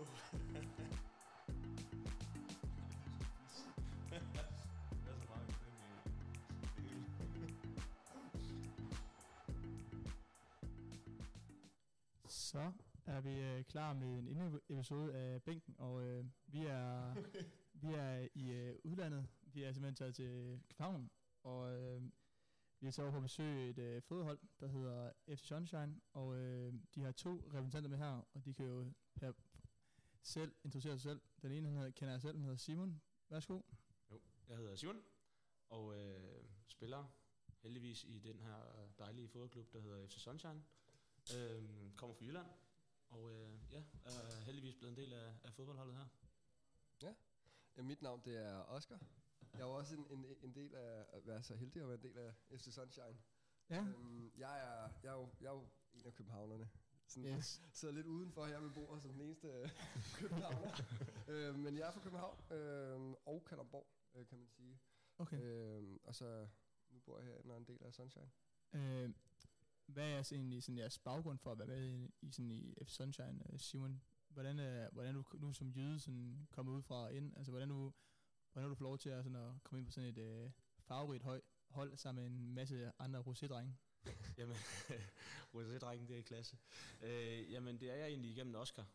så meget det Så er vi klar med en endnu episode af Bænken, og vi er i udlandet. Vi er simpelthen taget til København, og vi er taget over på besøg et fodboldhold, der hedder FC Sunshine, og de har 2 repræsentanter med her, og de kan jo selv introducere sig selv. Den ene kender jeg selv, han hedder Simon. Værsgo. Jo, jeg hedder Simon, og spiller heldigvis i den her dejlige fodboldklub, der hedder FC Sunshine. Kommer fra Jylland, og er heldigvis blevet en del af fodboldholdet her. Ja, mit navn det er Oscar. Jeg er også en del af at være så heldig at være en del af FC Sunshine. Ja. Jeg er jo en af københavnerne. Sådan, Yes. sidder lidt udenfor her med bordet som den eneste københavner. Men jeg er fra København og Kalundborg, kan man sige. Okay. Og så nu bor jeg her og er en del af Sunshine. Hvad er egentlig sådan jeres baggrund for at være med i FC Sunshine, Simon? Hvordan du nu som jyde sådan kommet ud fra ind? Altså hvordan du får lov til at komme ind på sådan et farverigt hold sammen med en masse andre rosé-drenge? Jamen, rosé-drengen, det er i klasse. Jamen, det er jeg egentlig igennem Oscar.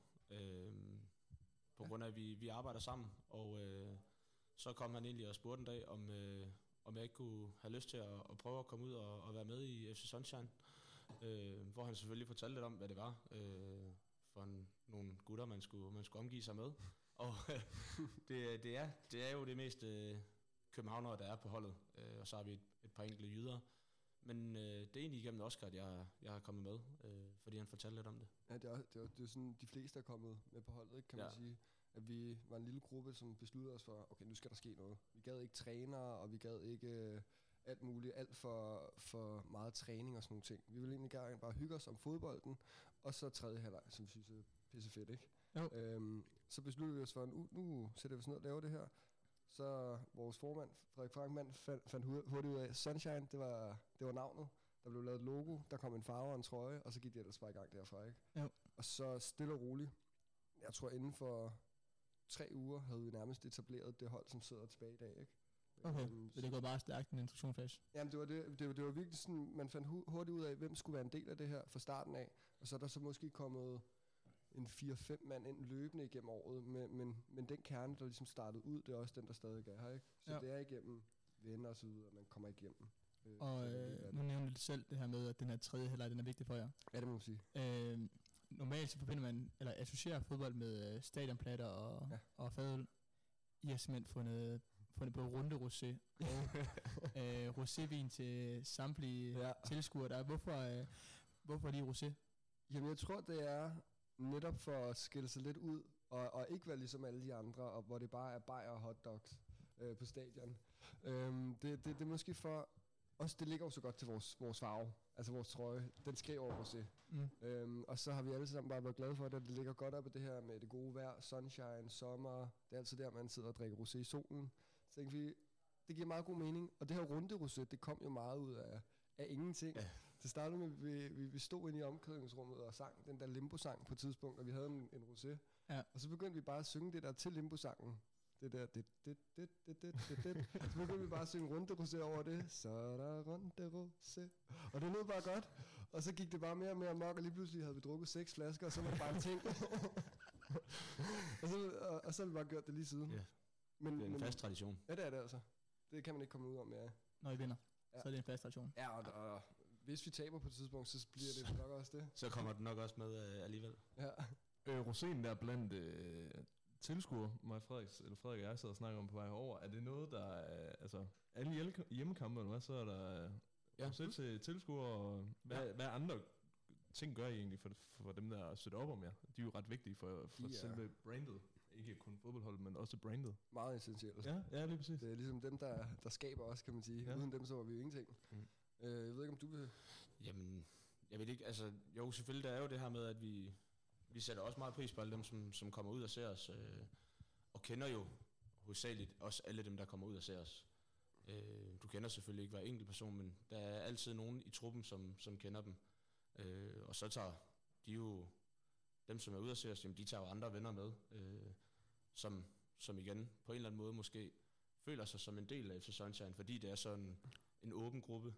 På grund af, at vi arbejder sammen, og så kom han egentlig og spurgte en dag, om jeg ikke kunne have lyst til at prøve at komme ud og være med i FC Sunshine. Hvor han selvfølgelig fortalte lidt om, hvad det var for nogle gutter, man skulle omgive sig med. Og det er jo det mest københavnere, der er på holdet. Og så har vi et par enkelte jyder. Men det er egentlig igennem Oscar, at jeg har kommet med, fordi han fortalte lidt om det. Ja, det er sådan, de fleste er kommet med på holdet, ikke, kan man sige. At vi var en lille gruppe, som besluttede os for, okay, nu skal der ske noget. Vi gad ikke trænere, og vi gad ikke alt muligt, alt for meget træning og sådan nogle ting. Vi ville egentlig gerne bare hygge os om fodbolden, og så tredje halvleg, som vi synes er pissefedt, ikke? Så besluttede vi os for, nu sætter vi os ned og laver det her. Så vores formand, Frederik Frankmann, fandt hurtigt ud af, Sunshine, det var navnet. Der blev lavet et logo, der kom en farve og en trøje, og så gik det ellers bare i gang derfra, ikke? Jo. Og så stille og roligt, jeg tror inden for 3 uger havde vi nærmest etableret det hold, som sidder tilbage i dag, ikke? Okay, så det går bare stærkt, den instruktionsfase. Jamen det var virkelig sådan, man fandt hurtigt ud af, hvem skulle være en del af det her fra starten af, og så er der så måske kommet en 4-5 mand ind løbende igennem året, men den kerne, der ligesom startede ud, det er også den, der stadig er her, ikke? Så det er igennem venner og så videre, man kommer igennem. Og nu nævner du selv det her med, at den her tredje halvleg, den er vigtig for jer. Ja, det må man sige. Normalt så forbinder man, eller associerer fodbold med stadionplatter og fadøl. I har simpelthen fundet på runde rosé og rosévin til samtlige tilskuere. Der. Hvorfor lige rosé? Jamen jeg tror, det er netop for at skille sig lidt ud, og ikke være ligesom alle de andre, og hvor det bare er bajer og hotdogs på stadion. Det er måske for også, det ligger jo så godt til vores farve, altså vores trøje, den skriver over rosé. Og så har vi alle sammen bare været glade for det ligger godt op i det her med det gode vejr, sunshine, sommer, det er altid der, man sidder og drikker rosé i solen. Så tænkte vi, det giver meget god mening, og det her runde rosé, det kom jo meget ud af ingenting. Ja. Det startede med, vi stod inde i omklædningsrummet og sang den der limbo-sang på et tidspunkt, og vi havde en rosé. Ja. Og så begyndte vi bare at synge det der til limbo-sangen. Det der, så begyndte vi bare at synge runde rosé over det. Så er der runde rosé. Og det lød bare godt. Og så gik det bare mere og mere amok, og lige pludselig havde vi drukket 6 flasker, og så var det bare en ting. og så har vi bare gjort det lige siden. Ja. Det er en fast tradition. Ja, det er det altså. Det kan man ikke komme ud om, ja. Når I vinder, så er det en fast tradition. Ja, og hvis vi taber på et tidspunkt, så bliver det nok også det. Så kommer det nok også med alligevel. Ja. Roséen der blandt tilskuere, Frederik og jeg sidder og snakker om på vej herover, er det noget, der er, altså alle hjemmekampe, eller hvad, så er der rosé til tilskuere, og hvad andre ting gør I egentlig for dem, der støtter op om jer? De er jo ret vigtige for selve brandet. Ikke kun fodboldholdet, men også brandet. Meget essentielt. Ja, lige præcis. Det er ligesom dem, der skaber os, kan man sige. Ja. Uden dem, så var vi jo ingenting. Jeg ved ikke, om du vil... Jamen, jeg ved ikke, altså... Jo, selvfølgelig, der er jo det her med, at vi sætter også meget pris på alle dem, som kommer ud og ser os. Og kender jo hovedsageligt også alle dem, der kommer ud og ser os. Du kender selvfølgelig ikke hver enkelt person, men der er altid nogen i truppen, som kender dem. Og så tager de jo dem, som er ude at se os, jamen, de tager jo andre venner med, som igen på en eller anden måde måske føler sig som en del af FC Sunshine, fordi det er sådan en åben gruppe,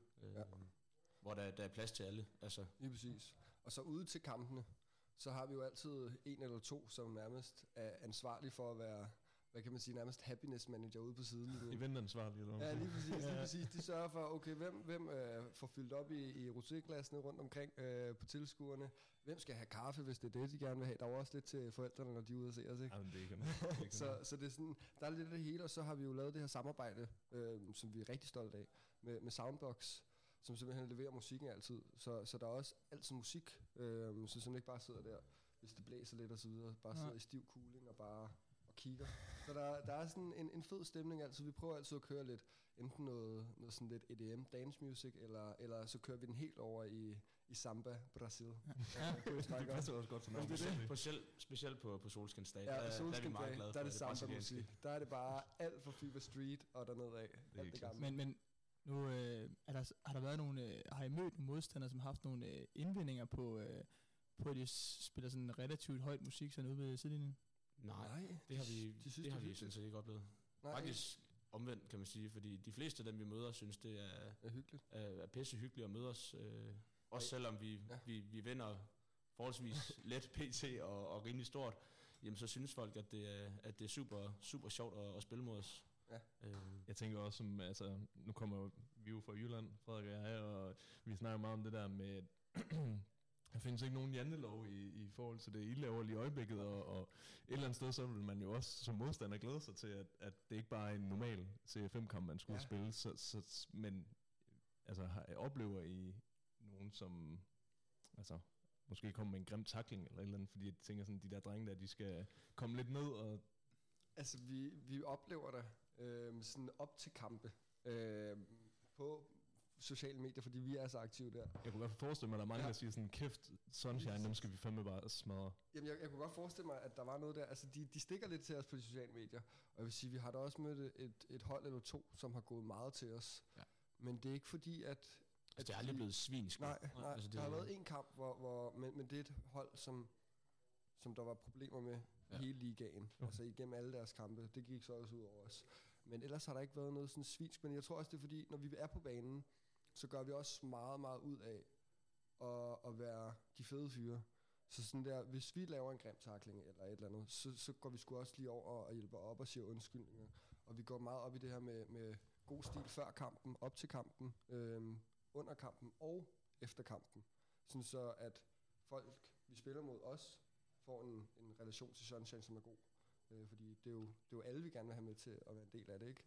hvor der er plads til alle. Altså. Lige præcis. Og så ude til kampene, så har vi jo altid en eller to, som nærmest er ansvarlig for at være, hvad kan man sige, nærmest happiness manager ude på siden. Eventansvarlig, eller hvad? Ja, lige præcis. De sørger for, okay, hvem får fyldt op i roséglassene rundt omkring på tilskuerne. Hvem skal have kaffe, hvis det er det, de gerne vil have. Der er jo også lidt til forældrene, når de er ude at se os, ikke? Jamen, det er ikke så det er sådan, der er lidt af det hele, og så har vi jo lavet det her samarbejde, som vi er rigtig stolte af, med Soundbox, som simpelthen leverer musikken altid. Så der er også altid musik, så som ikke bare sidder der, hvis det blæser lidt og så videre, bare sidder i stiv cooling og bare og kigger. Så der er sådan en fed stemning altid. Vi prøver altid at køre lidt, enten noget sådan lidt EDM, dance music, eller så kører vi den helt over i samba, Brasil. Det passer også godt til navnet. Specielt på Solskinsdag, ja, der er vi meget glade for der er det samba musik. Der er det bare alt fra Fever Street og derned af. Det er men nu har der været nogle, har I mødt nogle modstandere, som har haft nogle indvendinger på at de spiller sådan relativt højt musik sådan ude ved sidelinjen? Nej, det har vi sådan set ikke oplevet. Faktisk omvendt, kan man sige, fordi de fleste af dem, vi møder, synes, det er hyggeligt. Er pisse hyggeligt at møde os. Også selvom vi vinder forholdsvis let PT og rimelig stort, jamen så synes folk, at det er super, super sjovt at spille mod os. Ja. Jeg tænker også, som, altså, nu kommer vi jo fra Jylland, Frederik og jeg, og vi snakker meget om det der med, der findes ikke nogen jantelov i forhold til det, I laver lige i øjeblikket, og et eller andet sted, så vil man jo også som modstander glæde sig til, at det ikke bare er en normal CFM-kamp, man skulle spille, men altså, oplever I nogen, som altså, måske kommer med en grim tackling eller et eller andet, fordi jeg tænker sådan, de der drenge der, de skal komme lidt ned og... Altså, vi oplever det sådan op til kampe på sociale medier, fordi vi er så aktive der. Jeg kunne i hvert fald forestille mig, at der er mange, der siger sådan, kæft, Sunshine, dem skal vi fandme bare smadre. Jamen, jeg kunne godt forestille mig, at der var noget der. Altså, de stikker lidt til os på de sociale medier. Og jeg vil sige, vi har da også mødt et hold eller to, som har gået meget til os. Ja. Men det er ikke fordi, at det er aldrig blevet svinsk. Nej, altså, der har været en kamp, men det er et hold, som der var problemer med hele ligaen. Altså igennem alle deres kampe. Det gik så også ud over os. Men ellers har der ikke været noget sådan svinsk. Men jeg tror også, det er fordi, når vi er på banen, så gør vi også meget, meget ud af at være de fede fyre. Så sådan der, hvis vi laver en grim tackling eller et eller andet, så går vi sgu også lige over og hjælper op og siger undskyldninger. Og vi går meget op i det her med god stil før kampen, op til kampen, under kampen og efter kampen. Sådan så, at folk, vi spiller mod os, får en relation til Sunshine, som er god. Fordi det er jo alle, vi gerne vil have med til at være en del af det, ikke?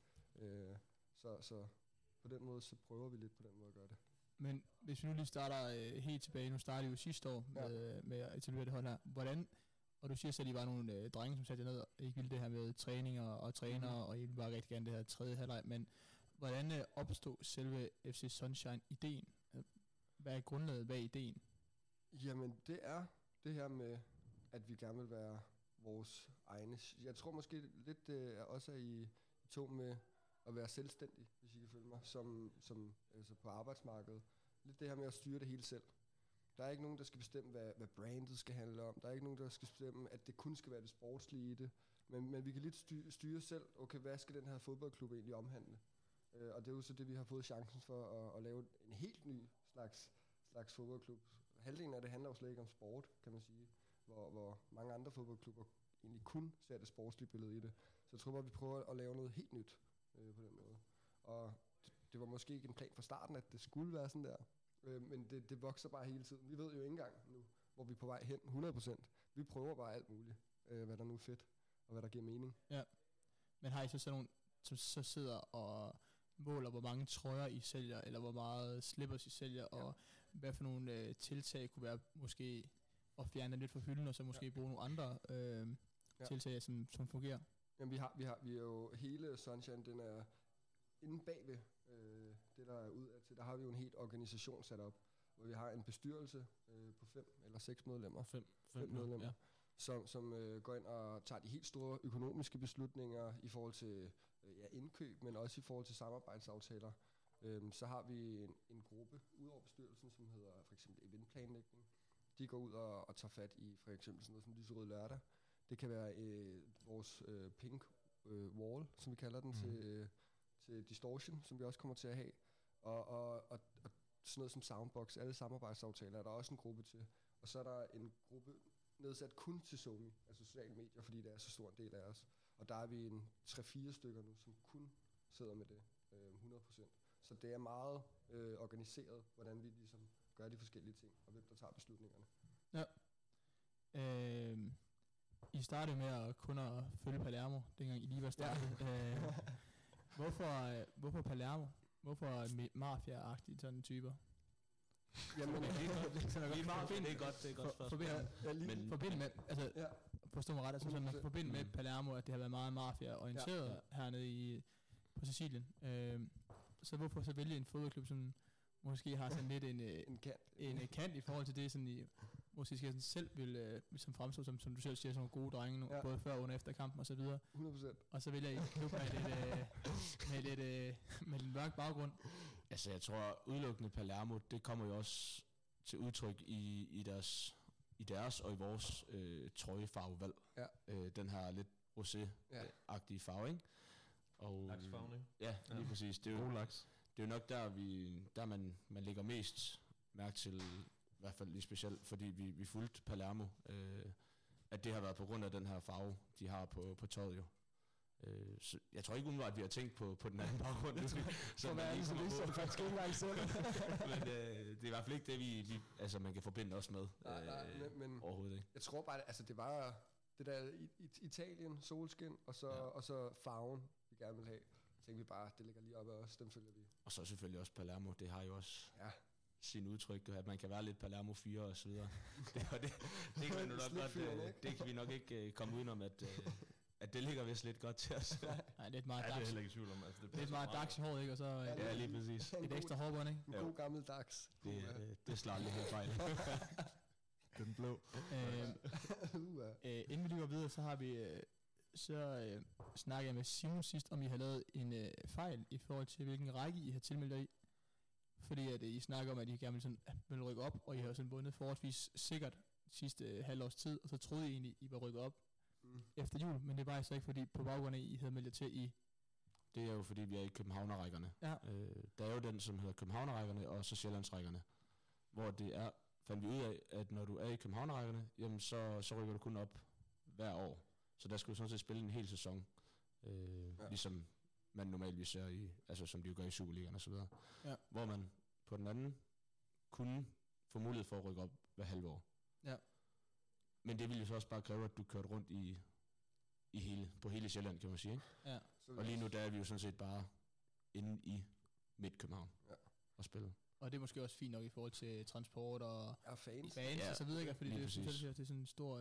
Så på den måde, så prøver vi lidt på den måde at gøre det. Men hvis vi nu lige starter helt tilbage, nu startede vi jo sidste år med at etablere det hold her. Hvordan, og du siger så, at I var nogle drenge, som satte jer ned og ikke ville det her med træninger og trænere, og I ville bare rigtig gerne det her tredje halvleg, men hvordan opstod selve FC Sunshine-ideen? Hvad er grundlaget bag ideen? Jamen, det er det her med, at vi gerne vil være vores egne. Jeg tror måske lidt også er i tog med at være selvstændig, hvis I kan følge mig, som altså på arbejdsmarkedet. Lidt det her med at styre det hele selv. Der er ikke nogen, der skal bestemme, hvad brandet skal handle om. Der er ikke nogen, der skal bestemme, at det kun skal være det sportslige i det. Men vi kan lidt styre selv, okay, hvad skal den her fodboldklub egentlig omhandle? Og det er jo så det, vi har fået chancen for at lave en helt ny slags fodboldklub. Halvdelen af det handler jo slet ikke om sport, kan man sige. Hvor mange andre fodboldklubber egentlig kun ser det sportslige billede i det. Så jeg tror bare, vi prøver at lave noget helt nyt på den måde. Og det var måske ikke en plan fra starten, at det skulle være sådan der. Men det vokser bare hele tiden. Vi ved jo ikke engang nu, hvor vi er på vej hen 100%. Vi prøver bare alt muligt, hvad der nu er fedt, og hvad der giver mening. Ja. Men har I så sådan nogle, som så sidder og måler, hvor mange trøjer I sælger, eller hvor meget slippers I sælger, og hvad for nogle tiltag kunne være måske at fjerne lidt fra hylden, og så måske bruge nogle andre tiltag, som fungerer? Jamen vi er jo hele Sunshine, den er inde bagved det der er ud af til. Der har vi jo en helt organisation sat op, hvor vi har en bestyrelse på 5 eller 6 medlemmer. 5 medlemmer, som går ind og tager de helt store økonomiske beslutninger i forhold til indkøb, men også i forhold til samarbejdsaftaler. Så har vi en gruppe ud over bestyrelsen, som hedder for eksempel eventplanlægning, de går ud og tager fat i for eksempel sådan noget som Lyserød Lørdag. Det kan være vores pink wall, som vi kalder den, til Distortion, som vi også kommer til at have. Og sådan noget som Soundbox, alle samarbejdsaftaler er der også en gruppe til. Og så er der en gruppe nedsat kun til Sony, altså sociale medier, fordi det er så stor en del af os. Og der er vi en 3-4 stykker nu, som kun sidder med det 100%. Så det er meget organiseret, hvordan vi ligesom gør de forskellige ting, og hvem der tager beslutningerne. Ja. I startede med at kun at følge Palermo, dengang I lige var startet. Ja. Hvorfor Palermo? Hvorfor mafia-agtige sådan typer? Jamen, det er godt spørgsmål. Forbind med, altså, forstå mig ret, altså sådan, forbind med Palermo, at det har været meget mafia-orienteret hernede på Sicilien. Så hvorfor så vælge en fodboldklub, som måske har sådan lidt en kant i forhold til det, sådan i måske skal selv vil som fremstå som du selv siger, sådan nogle gode drenge, både før og under efter kampen og så videre. 100%. Og så vælger I en klub med en mørk baggrund. Altså jeg tror udelukkende Palermo, det kommer jo også til udtryk i deres og i vores trøjefarvevalg. Ja. Den her lidt rosé-agtige farve, ikke? Og laksfarven, ikke? Ja, lige præcis. Det er jo laks. Det er jo nok der man lægger mest mærke til, i hvert fald lige specielt, fordi vi fulgte Palermo, at det har været på grund af den her farve, de har på tøjet jo. Så jeg tror ikke umiddelbart, at vi har tænkt på den anden baggrund. Så hvad er det, så det er faktisk ikke engang selv. Men det er i hvert fald ikke det, vi altså man kan forbinde os med. Nej, men overhovedet ikke. Jeg tror bare, altså det var det der Italien, solskin, og så farven, vi gerne vil have. Så tænkte vi bare, det ligger lige op af os, dem følger vi. Og så selvfølgelig også Palermo, det har jo også sin udtryk, at man kan være lidt Palermo 4 og så videre. Det kan vi nok ikke komme udenom, at det ligger vist lidt godt til os. Nej, det er et meget dags. Det er heller ikke i tvivl om. Altså, det er et meget dags i håret, ikke? Og så lige præcis. Et ekstra hårbånd, ikke? En god gammel dags. Det slår aldrig helt fejl. Den blå. Inden vi lige går videre, så har vi snakkede jeg med Simon sidst, om I har lavet en fejl i forhold til, hvilken række I har tilmeldt jer i. Fordi at I snakker om, at I gerne vil rykke op, og I har sådan vundet forholdsvis sikkert sidste halvårs tid, og så troede I egentlig, I var rykket op efter jul, men det var I så ikke, fordi på baggrund af, I havde meldt jer til i... Det er jo fordi, vi er i Københavnerrækkerne. Ja. Der er jo den, som hedder Københavnerrækkerne, og så Sjællandsrækkerne, hvor det er, fandt vi ud af, at når du er i Københavnerrækkerne, jamen så rykker du kun op hver år. Så der skal du sådan set spille en hel sæson, ligesom man normalt ser i, altså som de jo gør i Superligaen og så videre. Ja. Hvor man på den anden kunne få mulighed for at rykke op hver halve år. Ja. Men det ville jo så også bare kræve, at du kørte rundt på hele Sjælland, kan man sige, ikke? Ja. Og lige nu der er vi jo sådan set bare inde i Midt-København og spille. Og det er måske også fint nok i forhold til transport og fans og så videre, ikke? Fordi det er sådan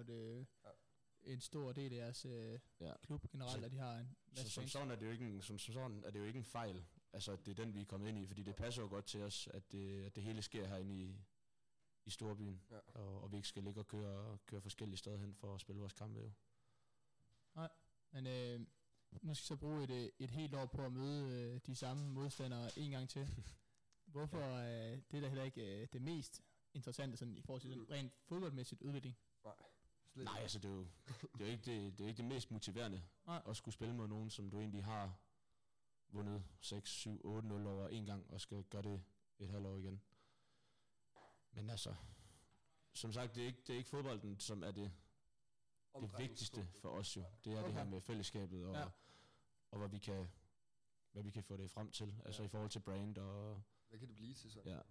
en stor del af jeres klub generelt, at de har en masse som sådan er det jo ikke en fejl. Altså det er den vi er kommet ind i, fordi det passer jo godt til os, at det hele sker herinde i storbyen, og vi ikke skal ligge og køre forskellige steder hen for at spille vores kampe jo. Nej, men nu skal jeg så bruge et helt år på at møde de samme modstandere en gang til. Hvorfor det er da heller ikke det mest interessante sådan, i forhold til den rent fodboldmæssigt udvikling? Nej, altså det er jo ikke det mest motiverende at skulle spille mod nogen, som du egentlig har vundet 6, 7, 8-0 over en gang, og skal gøre det et halvt år igen. Men altså, som sagt, det er ikke fodbolden, som er det vigtigste for os jo. Det er det her med fællesskabet, og hvad vi kan få det frem til, altså i forhold til brand og... Hvad kan det blive til så?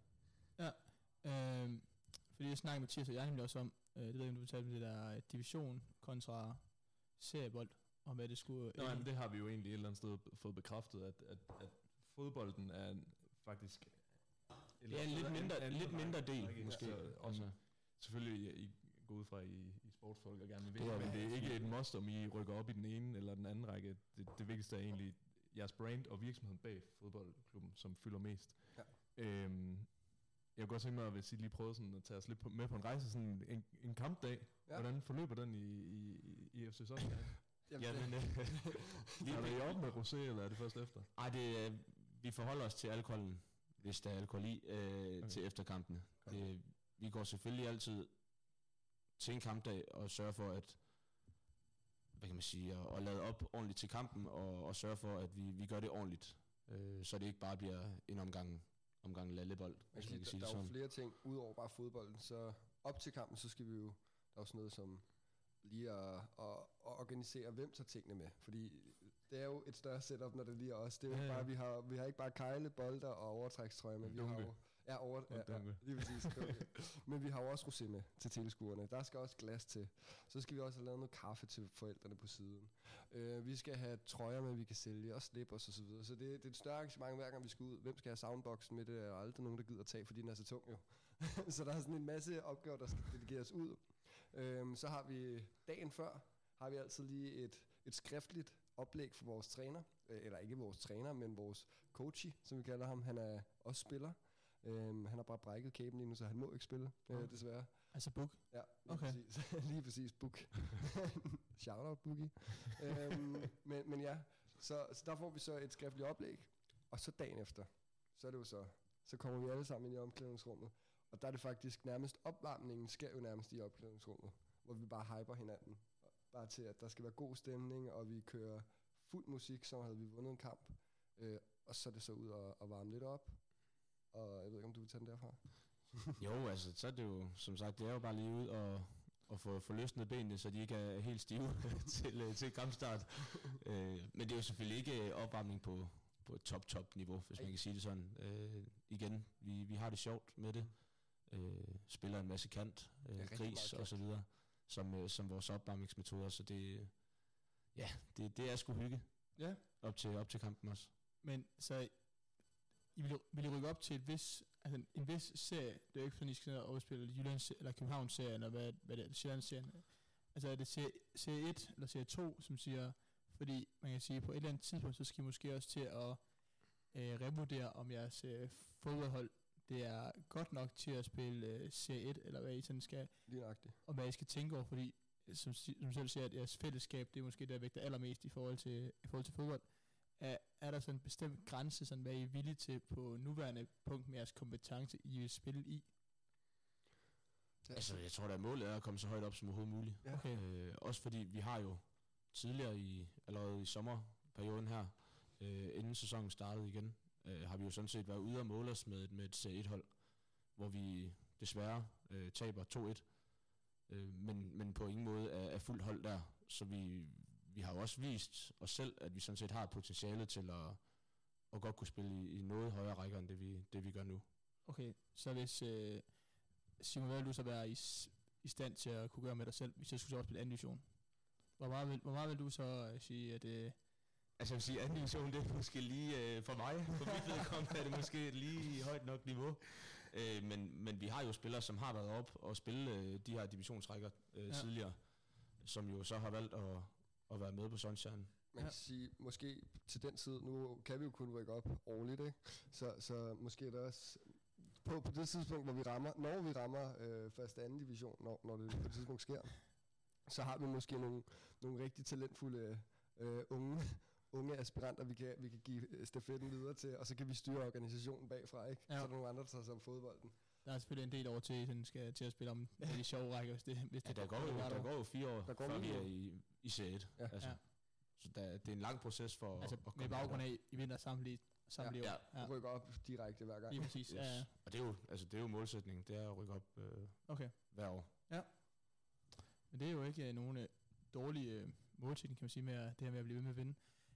Fordi jeg snakker med Mathias og jeg nemlig også om, det ved jeg, om du fortalte om det der division kontra seriebold, og hvad det skulle... Nå, men det har vi jo egentlig et eller andet sted fået bekræftet, at fodbolden er faktisk... Ja, en lidt mindre del, måske. Altså, selvfølgelig I går ud fra i sportsfolk og gerne vil vinde, men det er ikke et must, om I rykker op i den ene eller den anden række. Det vigtigste er egentlig jeres brand og virksomheden bag fodboldklubben, som fylder mest. Ja. Jeg kunne godt tænke mig, hvis I lige prøvede sådan at tage os lidt med på en rejse, sådan en kampdag. Ja. Hvordan forløber den i FC Sofia? Jamen, er det i orden med rosé, eller er det først efter? Nej, vi forholder os til alkoholen, hvis der er alkohol i, til efterkampene. Vi går selvfølgelig altid til en kampdag og sørge for, at hvad kan man sige, at lade op ordentligt til kampen, og sørge for, at vi gør det ordentligt, så det ikke bare bliver en omgang lallebold, hvis man kan sige det sådan. Der er jo flere ting, udover bare fodbolden, så op til kampen, så skal vi jo, der er også noget som lige at organisere, hvem tager tingene med, fordi det er jo et større setup, når det lige er os. Det er jo ikke bare, vi har ikke bare kejle, bolder og overtrækstrøjer, men vi har jo lige præcis. Men vi har jo også rosé med til tilskuerne. Der skal også glas til. Så skal vi også have lavet noget kaffe til forældrene på siden. Vi skal have trøjer med, vi kan sælge, og slippers og så videre. Så det er et større arrangement, hver gang vi skal ud. Hvem skal have soundboxen med? Det er aldrig nogen, der gider tage, fordi den er så tung jo. Så der er sådan en masse opgaver, der skal delegeres ud. Så har vi dagen før, har vi altid lige et skriftligt oplæg for vores træner. Eller ikke vores træner, men vores coachy, som vi kalder ham. Han er også spiller. Han har bare brækket kæben lige nu, så han må ikke spille, desværre. Altså Book? Ja, præcis. Lige præcis, Book. Shout-out, Bookie. Men ja, så der får vi så et skriftligt oplæg, og så dagen efter, så er det jo så kommer vi alle sammen ind i omklædningsrummet, og der er det faktisk nærmest, opvarmningen sker jo nærmest i omklædningsrummet, hvor vi bare hyper hinanden. Bare til, at der skal være god stemning, og vi kører fuld musik, så havde vi vundet en kamp, og så er det så ud og varme lidt op. Og jeg ved ikke, om du vil tage den derfra? Jo, altså, så er det jo, som sagt, det er jo bare lige ud og få løsnet benene, så de ikke er helt stive til kampstart. Men det er jo selvfølgelig ikke opvarmning på et top niveau, hvis man kan sige det sådan. Igen, vi har det sjovt med det. Spiller en masse kant, gris og så videre, som vores opvarmningsmetoder, så det er sgu hygge. Ja. Op til kampen også. Men så vil I rykke op til en vis serie? Det er jo ikke sådan, I skal overspille Jyllands eller Københavns-serien, eller hvad det er, Sjællands-serien. Altså er det serie 1 eller serie 2, som siger, fordi man kan sige, på et eller andet tidspunkt, så skal I måske også til at revurdere, om jeres fodboldhold, det er godt nok til at spille serie 1, eller hvad I sådan skal, og hvad I skal tænke over, fordi som selv siger, at jeres fællesskab, det er måske der vægter allermest i forhold til fodbold. Er der sådan en bestemt grænse, sådan hvad I er villige til på nuværende punkt med jeres kompetence, I vil spille i? Altså, jeg tror, at målet er at komme så højt op som overhovedet muligt. Ja. Okay. Også fordi vi har jo tidligere allerede i sommerperioden her, inden sæsonen startede igen, har vi jo sådan set været ude og måle os med et serie 1-hold, hvor vi desværre taber 2-1, men på ingen måde er fuldt hold der, så vi har jo også vist os selv, at vi sådan set har potentiale til at godt kunne spille i noget højere rækker, end det vi gør nu. Okay, så hvis Simon, hvad vil du så være i stand til at kunne gøre med dig selv, hvis jeg skulle så spille anden division? Hvor meget vil du så sige, at... Altså jeg vil sige, anden division, det er måske lige for mig. For mit vedkommende er det måske lige højt nok niveau. Men vi har jo spillere, som har været op og spille de her divisionsrækker tidligere, som jo så har valgt at være med på Sunshine. Man kan sige, måske til den tid, nu kan vi jo kun rykke op årligt, ikke? Så måske er det også på det tidspunkt, når vi rammer første anden division, når det på det tidspunkt sker, så har vi måske nogle rigtig talentfulde unge aspiranter, vi kan give stafetten videre til, og så kan vi styre organisationen bagfra, ikke? Ja. Så er der nogle andre, der tager sig om fodbolden. Der er selvfølgelig en del over til, sådan skal til at spille om de sjove rækker, hvis det der går jo 4 år, før vi er i C1. Ja. Altså. Ja. Så det er en lang proces for at komme med baggrund af, I vinder samtlige år. Ja, rykker op direkte hver gang. Lige præcis, yes. Ja. Og det er jo målsætningen, det er at rykke op hver år. Ja. Men det er jo ikke nogen dårlige målsætning, kan man sige, med det her med at blive ved med at vinde.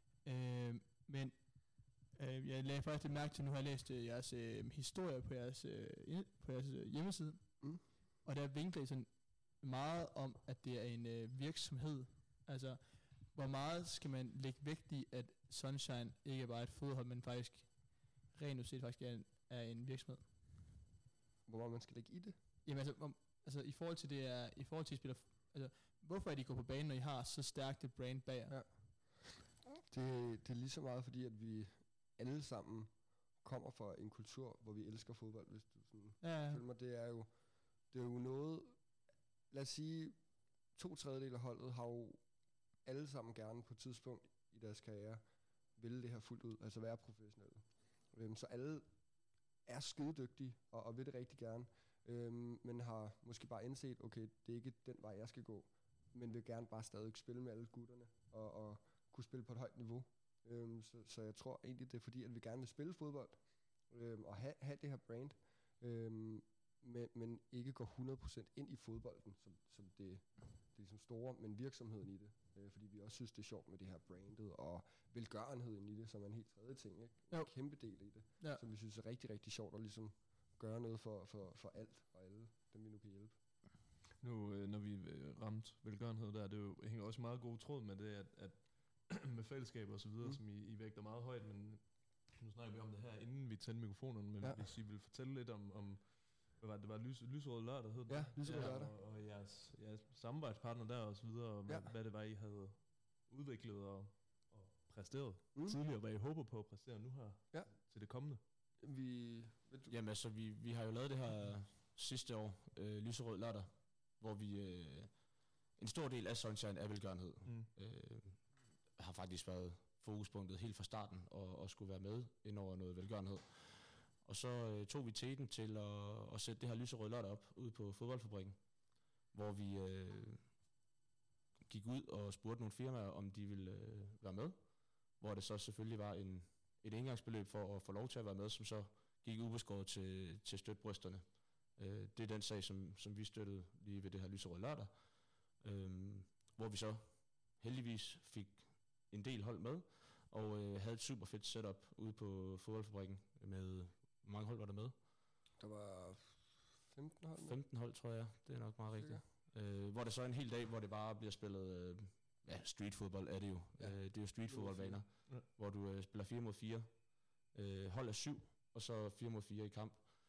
Men jeg lagde faktisk lidt mærke til, nu har jeg læst jeres historie på jeres hjemmeside, og der vinkler I sådan meget om, at det er en virksomhed. Altså, hvor meget skal man lægge vægt i, at Sunshine ikke er bare et fodhold, men faktisk rent set faktisk er en virksomhed? Hvor meget man skal lægge i det? Jamen altså i forhold til det er, i forhold til at spille, altså hvorfor er de går på banen, når I har så stærkt et brand bag jer? Ja. Det er lige så meget fordi, at vi alle sammen kommer fra en kultur, hvor vi elsker fodbold, hvis du sådan føler mig. Det er jo noget, lad os sige, 2/3 af holdet har jo alle sammen gerne på et tidspunkt i deres karriere ville det her fuldt ud, altså være professionelle. Så alle er skidedygtige og vil det rigtig gerne. men har måske bare indset, okay, det er ikke den vej, jeg skal gå, men vil gerne bare stadig spille med alle gutterne, og kunne spille på et højt niveau. Så jeg tror egentlig, det er fordi, at vi gerne vil spille fodbold, og have det her brand, men ikke gå 100% ind i fodbolden, som det ligesom store, men virksomheden i det. Fordi vi også synes, det er sjovt med det her brandet, og velgørenheden i det, som er en helt tredje ting, ikke? En kæmpe del i det, som vi synes er rigtig, rigtig sjovt at ligesom gøre noget for alt og alle, dem vi nu kan hjælpe. Nu, når vi ramte velgørenhed der, det hænger også meget god tråd med det, at med fællesskab og så videre, som I vægter meget højt, men nu snakker vi om det her, inden vi tændte mikrofonerne, men hvis I vil fortælle lidt om hvad var det, var lyserød lørdag, hed det? Ja, lyserød lørdag. Og jeres samarbejdspartner der og så videre, og hvad det var, I havde udviklet og præsteret tidligere, hvad I håber på at præstere nu her til det kommende. Jamen altså, vi har jo lavet det her sidste år, lyserød lørdag, hvor vi en stor del af Sunshine er velgørenhed. Har faktisk været fokuspunktet helt fra starten og skulle være med ind over noget velgørenhed. Og så tog vi teten til at sætte det her lyserød lørdag op ude på fodboldfabrikken, hvor vi gik ud og spurgte nogle firmaer, om de ville være med. Hvor det så selvfølgelig var et indgangsbeløb for at få lov til at være med, som så gik ubeskåret til støtbrysterne. Det er den sag, som vi støttede lige ved det her lyserød lørdag. Hvor vi så heldigvis fik en del hold med, og havde et super fedt setup ude på fodboldfabrikken med... Hvor mange hold var der med? Der var 15 hold. 15 hold, tror jeg. Det er nok meget rigtigt. Hvor det så er en hel dag, hvor det bare bliver spillet... streetfodbold er det jo. Det er jo streetfodboldbaner, hvor du spiller 4 mod 4. Hold af 7, og så 4 mod 4 i kamp.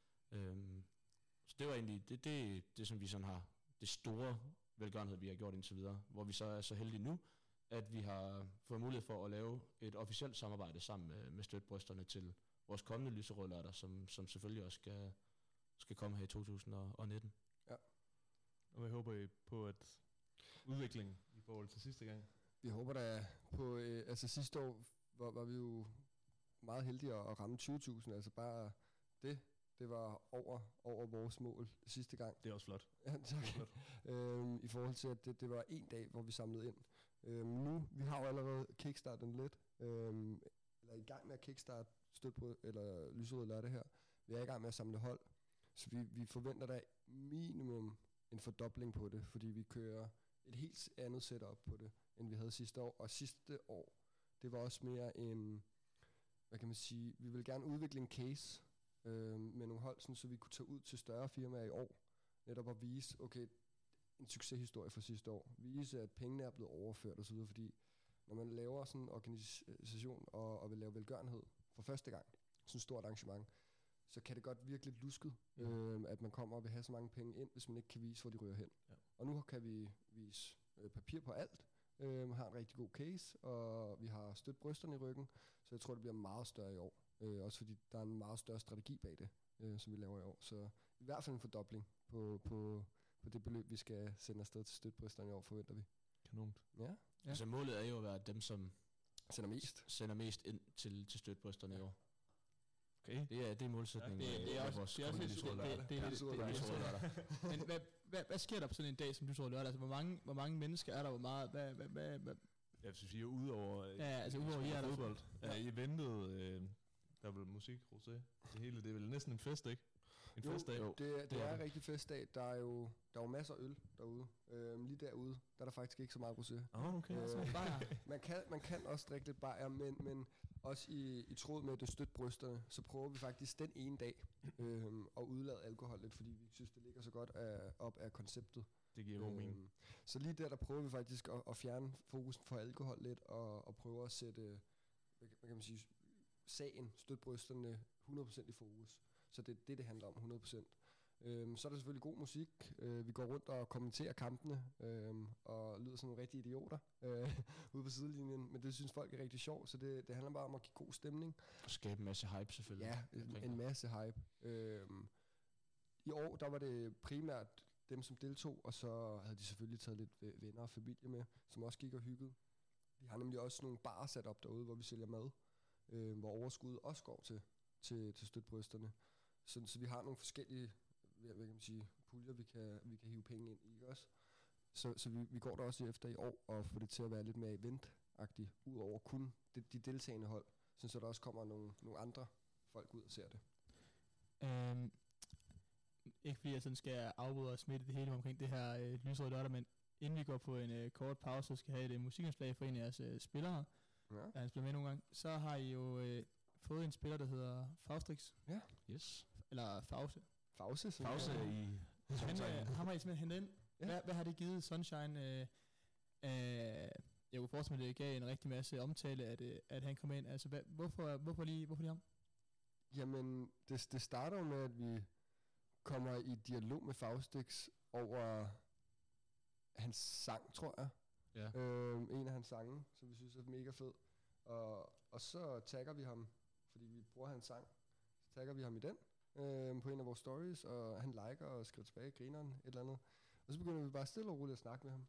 Så det var egentlig det, som vi sådan har... Det store velgørenhed, vi har gjort indtil videre. Hvor vi så er så heldige nu, at vi har fået mulighed for at lave et officielt samarbejde sammen med støtbrysterne til vores kommende lyserød lørdag, som selvfølgelig også skal komme her i 2019. Ja. Og hvad håber I på, at udviklingen i forhold til sidste gang? Vi håber da på, altså sidste år var vi jo meget heldige at ramme 20.000, altså bare det var over vores mål sidste gang. Det er også flot. Ja, tak. Flot. I forhold til, at det var en dag, hvor vi samlede ind. Nu, vi har jo allerede kickstartet lidt, eller i gang med at kickstarte eller lyserød lørdag her. Vi er i gang med at samle hold, så vi forventer da minimum en fordobling på det, fordi vi kører et helt andet setup på det, end vi havde sidste år. Og sidste år, det var også mere en, hvad kan man sige, vi vil gerne udvikle en case med nogle hold, sådan, så vi kunne tage ud til større firmaer i år, netop at vise, okay, en succeshistorie fra sidste år. Vise, at pengene er blevet overført osv., fordi når man laver sådan en organisation og vil lave velgørenhed for første gang, sådan et stort arrangement, så kan det godt virke lidt lusket, at man kommer og vil have så mange penge ind, hvis man ikke kan vise, hvor de ryger hen. Ja. Og nu kan vi vise papir på alt, har en rigtig god case, og vi har stødt brysterne i ryggen, så jeg tror, det bliver meget større i år. Også fordi der er en meget større strategi bag det, som vi laver i år. Så i hvert fald en fordobling på det beløb, vi skal sende afsted til støtbrysterne i år, forventer vi. Kanon. Ja. Altså målet er jo at være dem, som sender mest ind til støtbrysterne i år. Okay. Det er målsætningen. Det er også Men hvad sker der på sådan en dag, som du tror lørdag? Altså, hvor mange mennesker er der? Hvor meget? Hvad? Jeg synes, vi er ude over... udover I er der fodbold. Eventet, der er vel musik, rosé. Det hele, det er vel næsten en fest, ikke? En festdag. Jo, det er en rigtig festdag. Der er jo masser af øl derude. Lige derude, der er der faktisk ikke så meget rosé. Okay. Man kan også drikke lidt bajer, men også i tråd med det støt brysterne, så prøver vi faktisk den ene dag at udlade alkohol lidt, fordi vi synes, det ligger så godt op af konceptet. Det giver god mening. Så lige der prøver vi faktisk at fjerne fokusen for alkohol lidt, og prøve at sætte, hvad kan man sige, sagen, støt brysterne 100% i fokus. Så det handler om 100%. Så er der selvfølgelig god musik. Vi går rundt og kommenterer kampene, og lyder som nogle rigtige idioter ude på sidelinjen. Men det synes folk er rigtig sjovt, så det handler bare om at give god stemning. Og skabe en masse hype selvfølgelig. Ja, en masse hype. I år, der var det primært dem, som deltog, og så havde de selvfølgelig taget lidt venner og familie med, som også gik og hyggede. Vi har nemlig også nogle barer sat op derude, hvor vi sælger mad, hvor overskuddet også går til støtbrysterne. Så vi har nogle forskellige hvad kan man sige, puljer, vi kan hive penge ind i, ikke også? Så vi går der også efter i år og få det til at være lidt mere event-agtigt, ud over kun de deltagende hold, så der også kommer nogle andre folk ud og ser det. Ikke fordi jeg sådan skal afbryde og smitte det hele omkring det her lysrøde lørdag, men inden vi går på en kort pause og skal have et musikindslag for en af jeres spillere, der han spiller med nogle gange, så har I jo fået en spiller, der hedder Faustrix. Ja. Yes. Eller Fause. Fause i Han har I simpelthen hentet ind. Ja. Hvad har det givet Sunshine? Jeg kunne forestille mig, at det gav en rigtig masse omtale, at han kom ind. Altså, hvorfor lige ham? Jamen, det starter jo med, at vi kommer i dialog med Faustix over hans sang, tror jeg. Ja. En af hans sange, som vi synes er mega fed. Og så tagger vi ham, fordi vi bruger hans sang. Så tagger vi ham i den på en af vores stories, og han liker og skriver tilbage, grineren, et eller andet. Og så begynder vi bare stille og roligt at snakke med ham.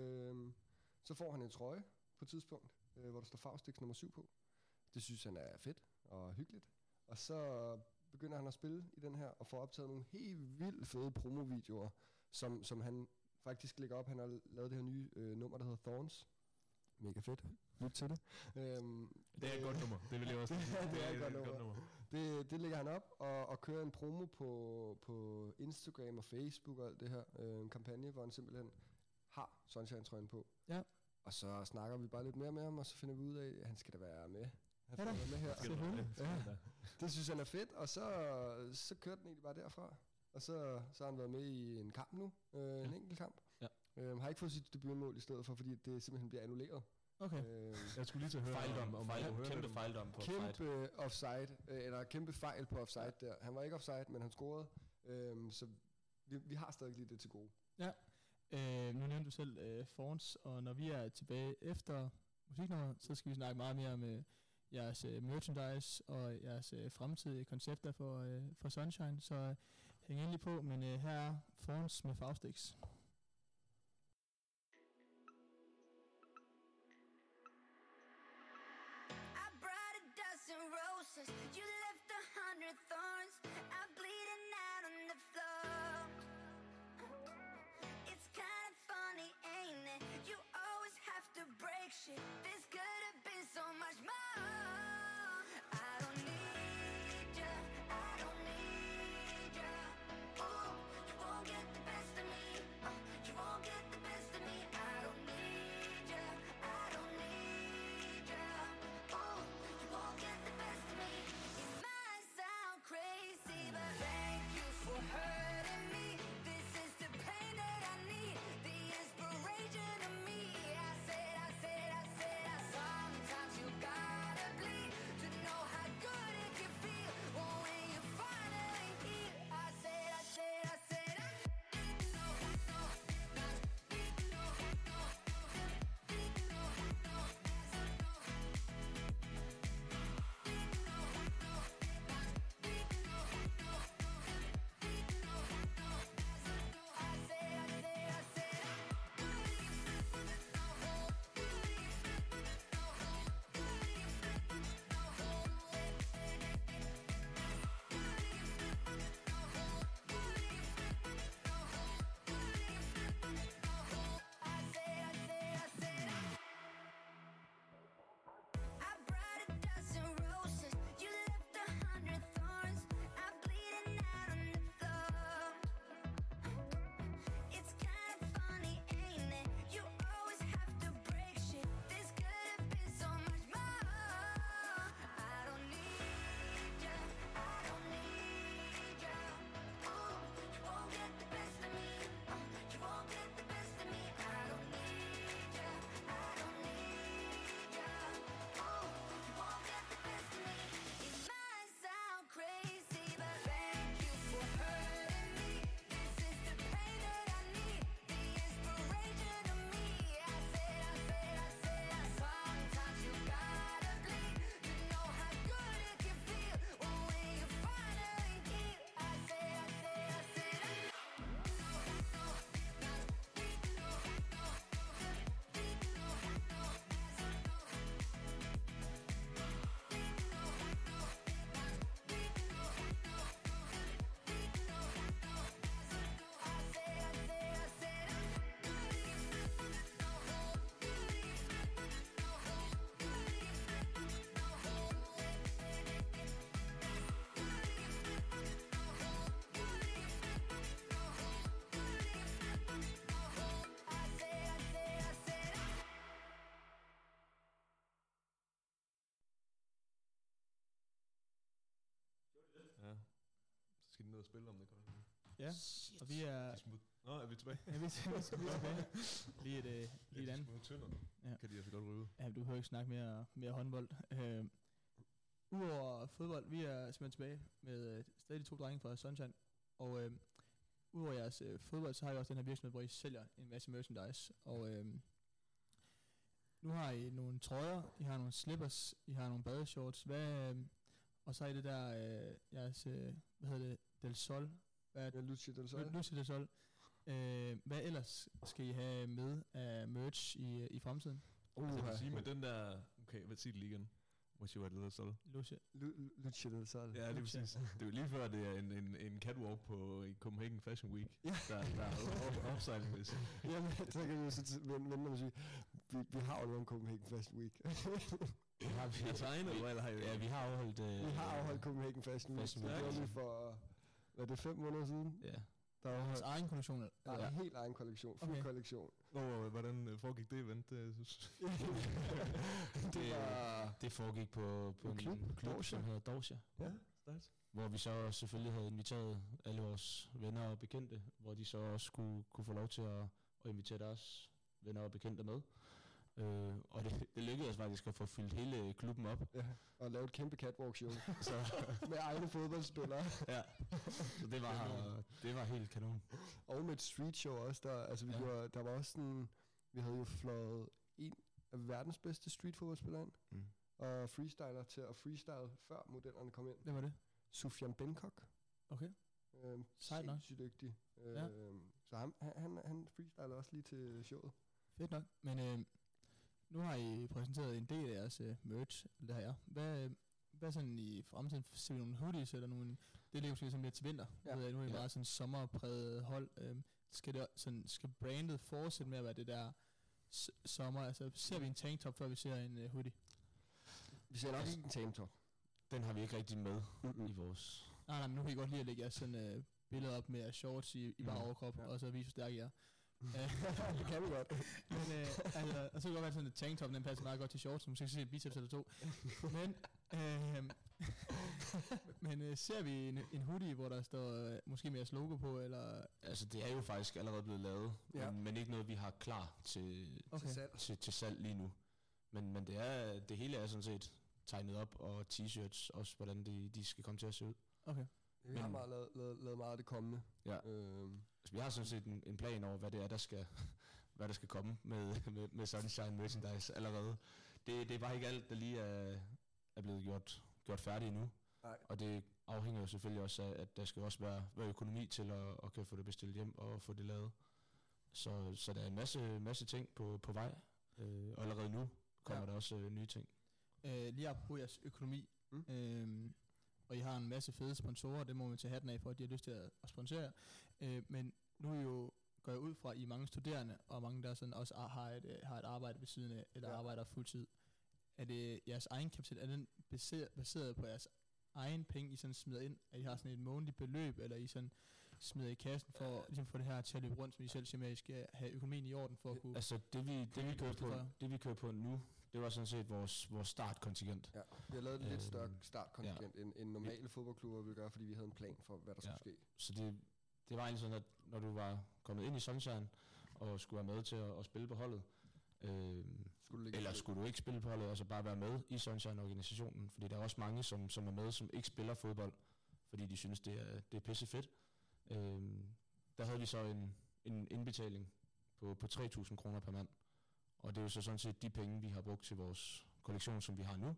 Så får han en trøje på et tidspunkt, hvor der står Faustix nummer 7 på. Det synes han er fedt og hyggeligt. Og så begynder han at spille i den her, og får optaget nogle helt vildt fede promovideoer, som han faktisk lægger op. Han har lavet det her nye nummer, der hedder Thorns. Mega fedt. Lyt til det. Det er et godt nummer. Det vil jeg også sige. Det er et godt nummer. Det lægger han op og kører en promo på Instagram og Facebook og alt det her. En kampagne, hvor han simpelthen har Sunshine-trøjen på. Ja. Og så snakker vi bare lidt mere med ham, og så finder vi ud af, at han skal da være med. Han skal være med her. Selvfølgelig. Det synes han er fedt, og så kørte den egentlig bare derfra. Og så har han været med i en kamp nu, en enkelt kamp. Ja. Har ikke fået sit debutmål i stedet for, fordi det simpelthen bliver annulleret. Okay. Jeg skulle lige til at høre kæmpe fejldom på kæmpe offside, eller kæmpe fejl på offside der. Han var ikke offside, men han scorede. Så vi har stadig lige det til gode. Ja. Nu nævnte du selv Forns, og når vi er tilbage efter musiknummeret, så skal vi snakke meget mere om jeres merchandise og jeres fremtidige koncepter for Sunshine. Så hæng endelig på, men her er Forns med Faustix. You left 100 thorns. I'm bleeding out on the floor. It's kind of funny, ain't it? You always have to break shit. This could have been so much more. I don't need ya. I don't need ya. Ooh, you won't get the best of me. You won't get the best of me. I don't need ya. I don't need ya. Ooh, you won't get the best of me. It might sound crazy. ned og spille om det godt. Ja, og vi er... Nå, er vi tilbage? Ja, vi er tilbage. Lige et andet. Små tønder, Ja. kan de altså godt ryge. Ja, du hører ikke snakke mere håndbold. Udover fodbold, vi er simpelthen tilbage med stadig 2 drenge fra Sunshine. Og udover jeres fodbold, så har I også den her virksomhed, hvor I sælger en masse merchandise. Og nu har I nogle trøjer, I har nogle slippers, I har nogle badeshorts. Og så er I det der, jeres, hvad hedder det, Del Sol. Lucia Del Sol. Lucia Del Sol. Hvad ellers skal I have med af merch i fremtiden? Altså, jeg vil sige med den der... Okay, hvad siger det lige igen? Lucia Del Sol. Lucia Del Sol. Ja, det er præcis. Det er jo lige før, det er en catwalk på i Copenhagen Fashion Week. Ja. Der er opsejling, hvis... Jamen, så kan vi jo så vende og sige, vi har jo en Copenhagen Fashion Week. Har vi tegnet, eller har I... Ja, vi har afholdt Copenhagen Fashion Week. Det gjorde vi for, hvad er det, 5 måneder siden? Ja. Der er vores egen kollektion. Ja, en helt egen kollektion. Fuld kollektion. Hvordan foregik det event? Det foregik på en klub, som hedder Dorsia. Ja, stærkt. Hvor vi så selvfølgelig havde inviteret alle vores venner og bekendte, hvor de så også kunne få lov til at invitere deres venner og bekendte med. Og det lykkedes faktisk at få fyldt hele klubben op. Ja, og lave et kæmpe catwalk show med egne fodboldspillere. Ja, så det var helt kanon. Og med et street show også. Der var også sådan, vi havde jo fløjet en af verdens bedste streetfodboldspillere ind. Og freestyler til at freestyle, før modellerne kom ind. Hvem var det? Sufjan Bangkok. Okay. Sejt nok. Sindssygt dygtig. Ja. Så han freestyler også lige til showet. Fedt nok. Men nu har I præsenteret en del af jeres merch, det har jeg. Hvad sådan i fremtiden? Ser vi nogle hoodies eller nogle... Det ligger måske sådan lidt til vinter. Ja. Nu er I meget sådan sommerpræget hold. Skal brandet fortsætte med at være det der sommer? Altså ser vi en tanktop, før vi ser en hoodie? Vi ser nok ikke en tanktop. Den har vi ikke rigtig med i vores... Nej, men nu kan I godt lide at lægge jeres sådan, billeder op med jeres shorts i bare overkrop, og så vise, hvor stærke I er. Det kan vi godt. Men og så kan det godt være sådan et tanktop, den passer meget godt til shorts, så måske se biceps eller 2. Men ser vi en hoodie, hvor der står måske med jeres logo på, eller? Altså det er jo faktisk allerede blevet lavet, men ikke noget vi har klar til salg lige nu. Men det hele er sådan set tegnet op, og t-shirts også, hvordan de skal komme til at se ud. Okay. Vi har meget lavet meget af det kommende. Ja. Altså, vi har sådan set en plan over, hvad det er, hvad der skal komme med Sunshine merchandise allerede. Det er bare ikke alt, der lige er blevet gjort færdigt endnu. Nej. Og det afhænger jo selvfølgelig også af, at der skal også være økonomi til at kan få det bestilt hjem og få det lavet. Så der er en masse ting på vej, og allerede nu kommer der også nye ting. Lige apropos jeres økonomi, og I har en masse fede sponsorer, det må man tage hatten af for, at de har lyst til at sponsere. Men nu er I jo, går jeg ud fra, at I er mange studerende, og mange der sådan også har et arbejde ved siden af, eller arbejder fuldtid. Er det jeres egen kapital, er den baseret på jeres egen penge, I sådan smider ind? At I har sådan et månedligt beløb, eller I sådan smider i kassen for ligesom få det her til at løbe rundt, som I selv siger med, at I skal have økonomien i orden for at kunne... Altså det vi kører på nu, det var sådan set vores startkontingent. Ja, vi har lavet et lidt større startkontingent, end normale fodboldklubber ville gøre, fordi vi havde en plan for, hvad der skulle ske. Så det var egentlig sådan, at når du var kommet ind i Sunshine, og skulle være med til at spille på holdet, skulle du ikke spille på holdet, altså bare være med i Sunshine-organisationen, fordi der er også mange, som er med, som ikke spiller fodbold, fordi de synes, det er pisse fedt. Der havde vi så en indbetaling på 3.000 kroner per mand, og det er jo så sådan set de penge, vi har brugt til vores kollektion, som vi har nu,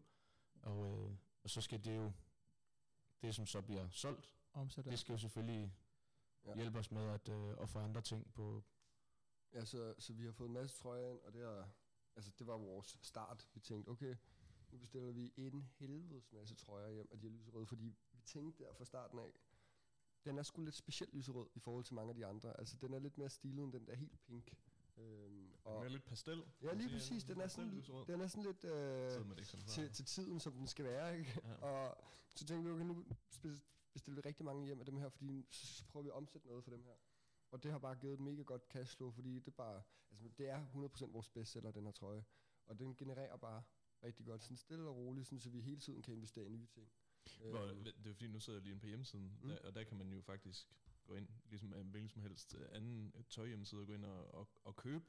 og så skal det jo, det som så bliver solgt, det skal jo selvfølgelig hjælpe os med at få andre ting på. Ja, så vi har fået en masse trøjer ind, og det var vores start. Vi tænkte, okay, nu bestiller vi en helvedes masse trøjer hjem af de her lyserøde, fordi vi tænkte der fra starten af, den er sgu lidt specielt lyserød i forhold til mange af de andre. Altså, den er lidt mere stilet end den der helt pink. Og mere lidt pastel. Ja, lige præcis. Den er sådan lidt til tiden, som den skal være, ikke? Ja. Og så tænkte vi, okay, nu bestiller vi rigtig mange hjem af dem her, fordi så prøver vi at omsætte noget for dem her. Og det har bare givet et mega godt cashflow, fordi det er 100% vores bestseller, den her trøje. Og den genererer bare rigtig godt, sådan stille og roligt, sådan, så vi hele tiden kan investere i nye ting. Det er fordi, nu sidder jeg lige inde på hjemmesiden, og der kan man jo faktisk gå ind, ligesom af hvilken som helst anden tøjhjemmeside, og gå ind og købe,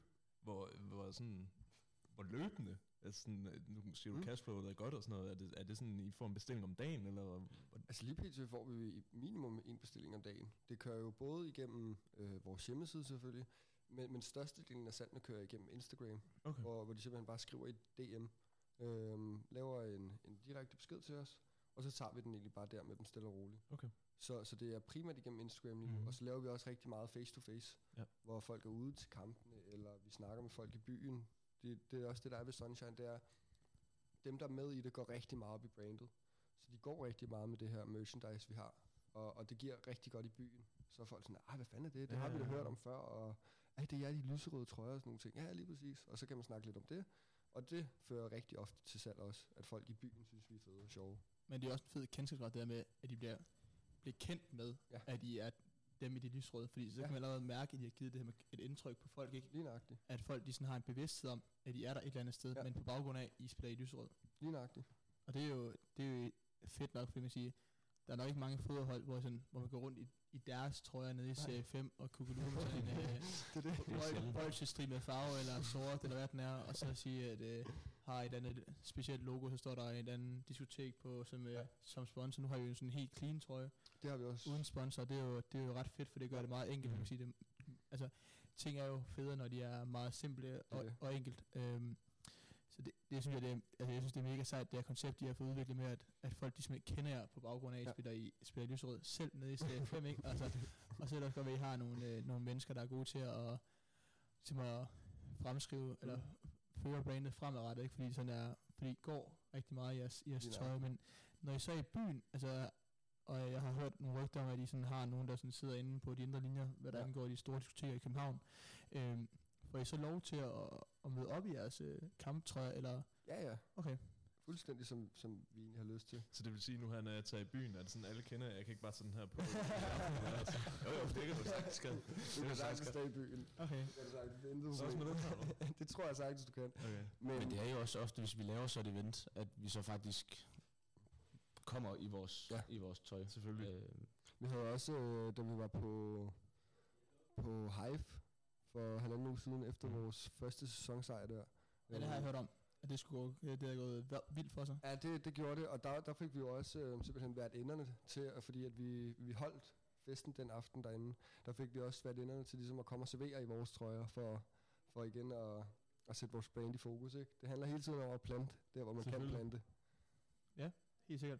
hvor løbende, altså sådan, nu siger du cashflowet er godt og sådan noget, er det sådan, I får en bestilling om dagen, eller? Altså lige pt. Får vi minimum en bestilling om dagen. Det kører jo både igennem vores hjemmeside selvfølgelig, men størstedelen af salgene kører igennem Instagram, Okay. hvor de simpelthen bare skriver i DM, laver en direkte besked til os, og så tager vi den egentlig bare der med dem stille og roligt. Okay. Så det er primært igennem Instagram lige nu, og så laver vi også rigtig meget face-to-face, hvor folk er ude til kampene, eller vi snakker med folk i byen. Det er også det, der er ved Sunshine, det er, dem der er med i det, går rigtig meget op i brandet. Så de går rigtig meget med det her merchandise, vi har, og det giver rigtig godt i byen. Så er folk sådan, hvad fanden er det? Det har vi da hørt om før, og det er de lyserøde trøjer og sådan nogle ting. Ja, lige præcis. Og så kan man snakke lidt om det, og det fører rigtig ofte til salg også, at folk i byen synes, vi er fede og sjove. Men det er også en fed kendskabsret, det der med, at de bliver kendt med, at de er dem i de lysrøde, fordi så kan man allerede mærke, at de har givet det her med et indtryk på folk, ikke? Lige nøjagtigt. At folk de sådan har en bevidsthed om, at de er der et eller andet sted, men på baggrund af, at I spiller i lysrød. Lige nøjagtigt. Og det er jo fedt nok, fordi man siger, der er nok ikke mange fodboldhold, hvor man går rundt i deres trøjer nede i Serie 5 og kugelure med sådan en bolsjestrig farve eller sort, eller hvad den er, og så sige, at har et andet specielt logo, så står der et andet diskotek på som sponsor. Nu har vi jo sådan en helt clean trøje. Det har vi også. Uden sponsor, det er jo ret fedt, for det gør det meget enkelt, man kan sige det. Altså, ting er jo federe, når de er meget simple og enkelt. Så det synes jeg, jeg synes det er mega sejt, det her koncept, de har fået udviklet med, at folk de simpelthen kender jer på baggrund af, at I spiller i lyserød, selv nede i Serie 5, ikke? Altså, og så er det også godt, at I har nogle mennesker, der er gode til at fremskrive, eller føre brandet fremadrettet, ikke? Fordi I går rigtig meget i jeres tøj, men når I så er i byen, altså, og jeg har hørt nogle rygter om, at I sådan har nogen, der sådan sidder inde på de indre linjer, hvad der angår de store diskoteker i København, får I så lov til at møde op i jeres kamptrøjer, eller? Ja. Okay. Fuldstændig som vi egentlig har lyst til. Så det vil sige, nu når jeg tager i byen, er det sådan, alle kender, jeg kan ikke bare sådan her på. Jo, det kan du sagtens kan. Du kan sagtens stå i byen. Okay. Så også med det? Det tror jeg sagtens, du kan. Okay. Men det er jo også ofte, hvis vi laver så et event, at vi så faktisk kommer i vores tøj. Selvfølgelig. Vi havde også, da vi var på Hive for 1,5 uge siden, efter vores første sæsonsejr der. Ja, det har jeg hørt om. At det er gået vildt for sig. Ja, det gjorde det, og der fik vi jo også simpelthen været inderne til, fordi at vi holdt festen den aften derinde. Der fik vi også været inderne til ligesom at komme og servere i vores trøjer, for igen at sætte vores brand i fokus, ikke? Det handler hele tiden om at plante, der hvor man kan plante. Ja, helt sikkert.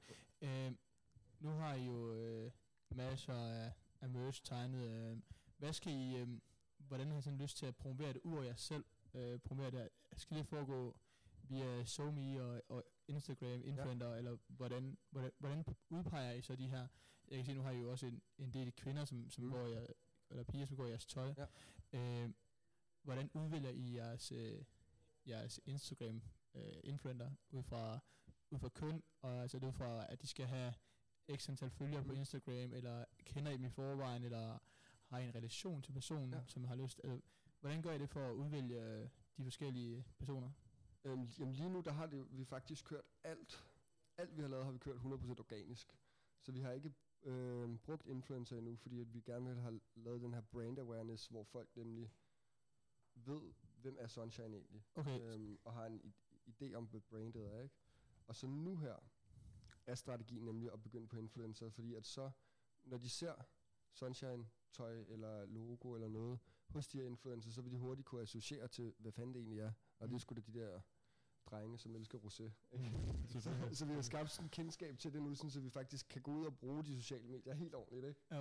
Nu har I jo masser af merch tegnet. Hvad skal I, hvordan har I sådan lyst til at promovere det, ud over jer selv? Promovere det, skal det foregå via SoMe og Instagram, influencer, eller hvordan udpeger I så de her? Jeg kan se, nu har I jo også en del kvinder, som går eller piger, som går i jeres tøj. Ja. Hvordan udvælger I jeres Instagram influencer ud fra køn, og altså ud fra, at de skal have x antal følgere på Instagram, eller kender I dem i forvejen, eller har I en relation til personen, som har lyst? Hvordan gør I det for at udvælge de forskellige personer? Jamen lige nu, der har vi faktisk kørt alt vi har lavet, har vi kørt 100% organisk. Så vi har ikke brugt influencer endnu, fordi at vi gerne vil have lavet den her brand awareness, hvor folk nemlig ved, hvem er Sunshine egentlig. Okay. Og har en idé om, hvad brandet er, ikke? Og så nu her er strategien nemlig at begynde på influencer, fordi at så, når de ser Sunshine-tøj eller logo eller noget hos de her influencer, så vil de hurtigt kunne associere til, hvad fanden det egentlig er. Og det er sgu da de der drenge, som elsker rosé. Så vi har skabt sådan en kendskab til det nu, sådan, så vi faktisk kan gå ud og bruge de sociale medier helt ordentligt, ikke? Jo.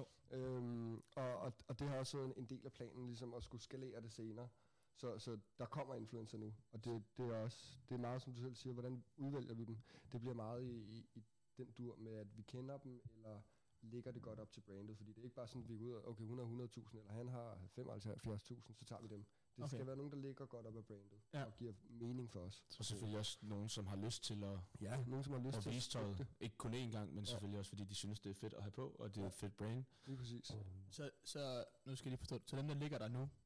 Og det har også været en del af planen, ligesom at skulle skalere det senere. Så der kommer influencer nu, og det er meget, som du selv siger, hvordan udvælger vi dem? Det bliver meget i den dur med, at vi kender dem, eller ligger det godt op til brandet, fordi det er ikke bare sådan, at vi går ud og, okay, hun har 100.000, eller han har 75.000, så tager vi dem. Det skal være nogen, der ligger godt op af brandet, og giver mening for os. Og selvfølgelig også nogen, som har lyst til nogen, som har lyst til at vise tøjet. Ikke kun én gang, men selvfølgelig også, fordi de synes, det er fedt at have på, og det er et fedt brand. Lige præcis. Så nu skal jeg lige forstå, så dem, der ligger der nu,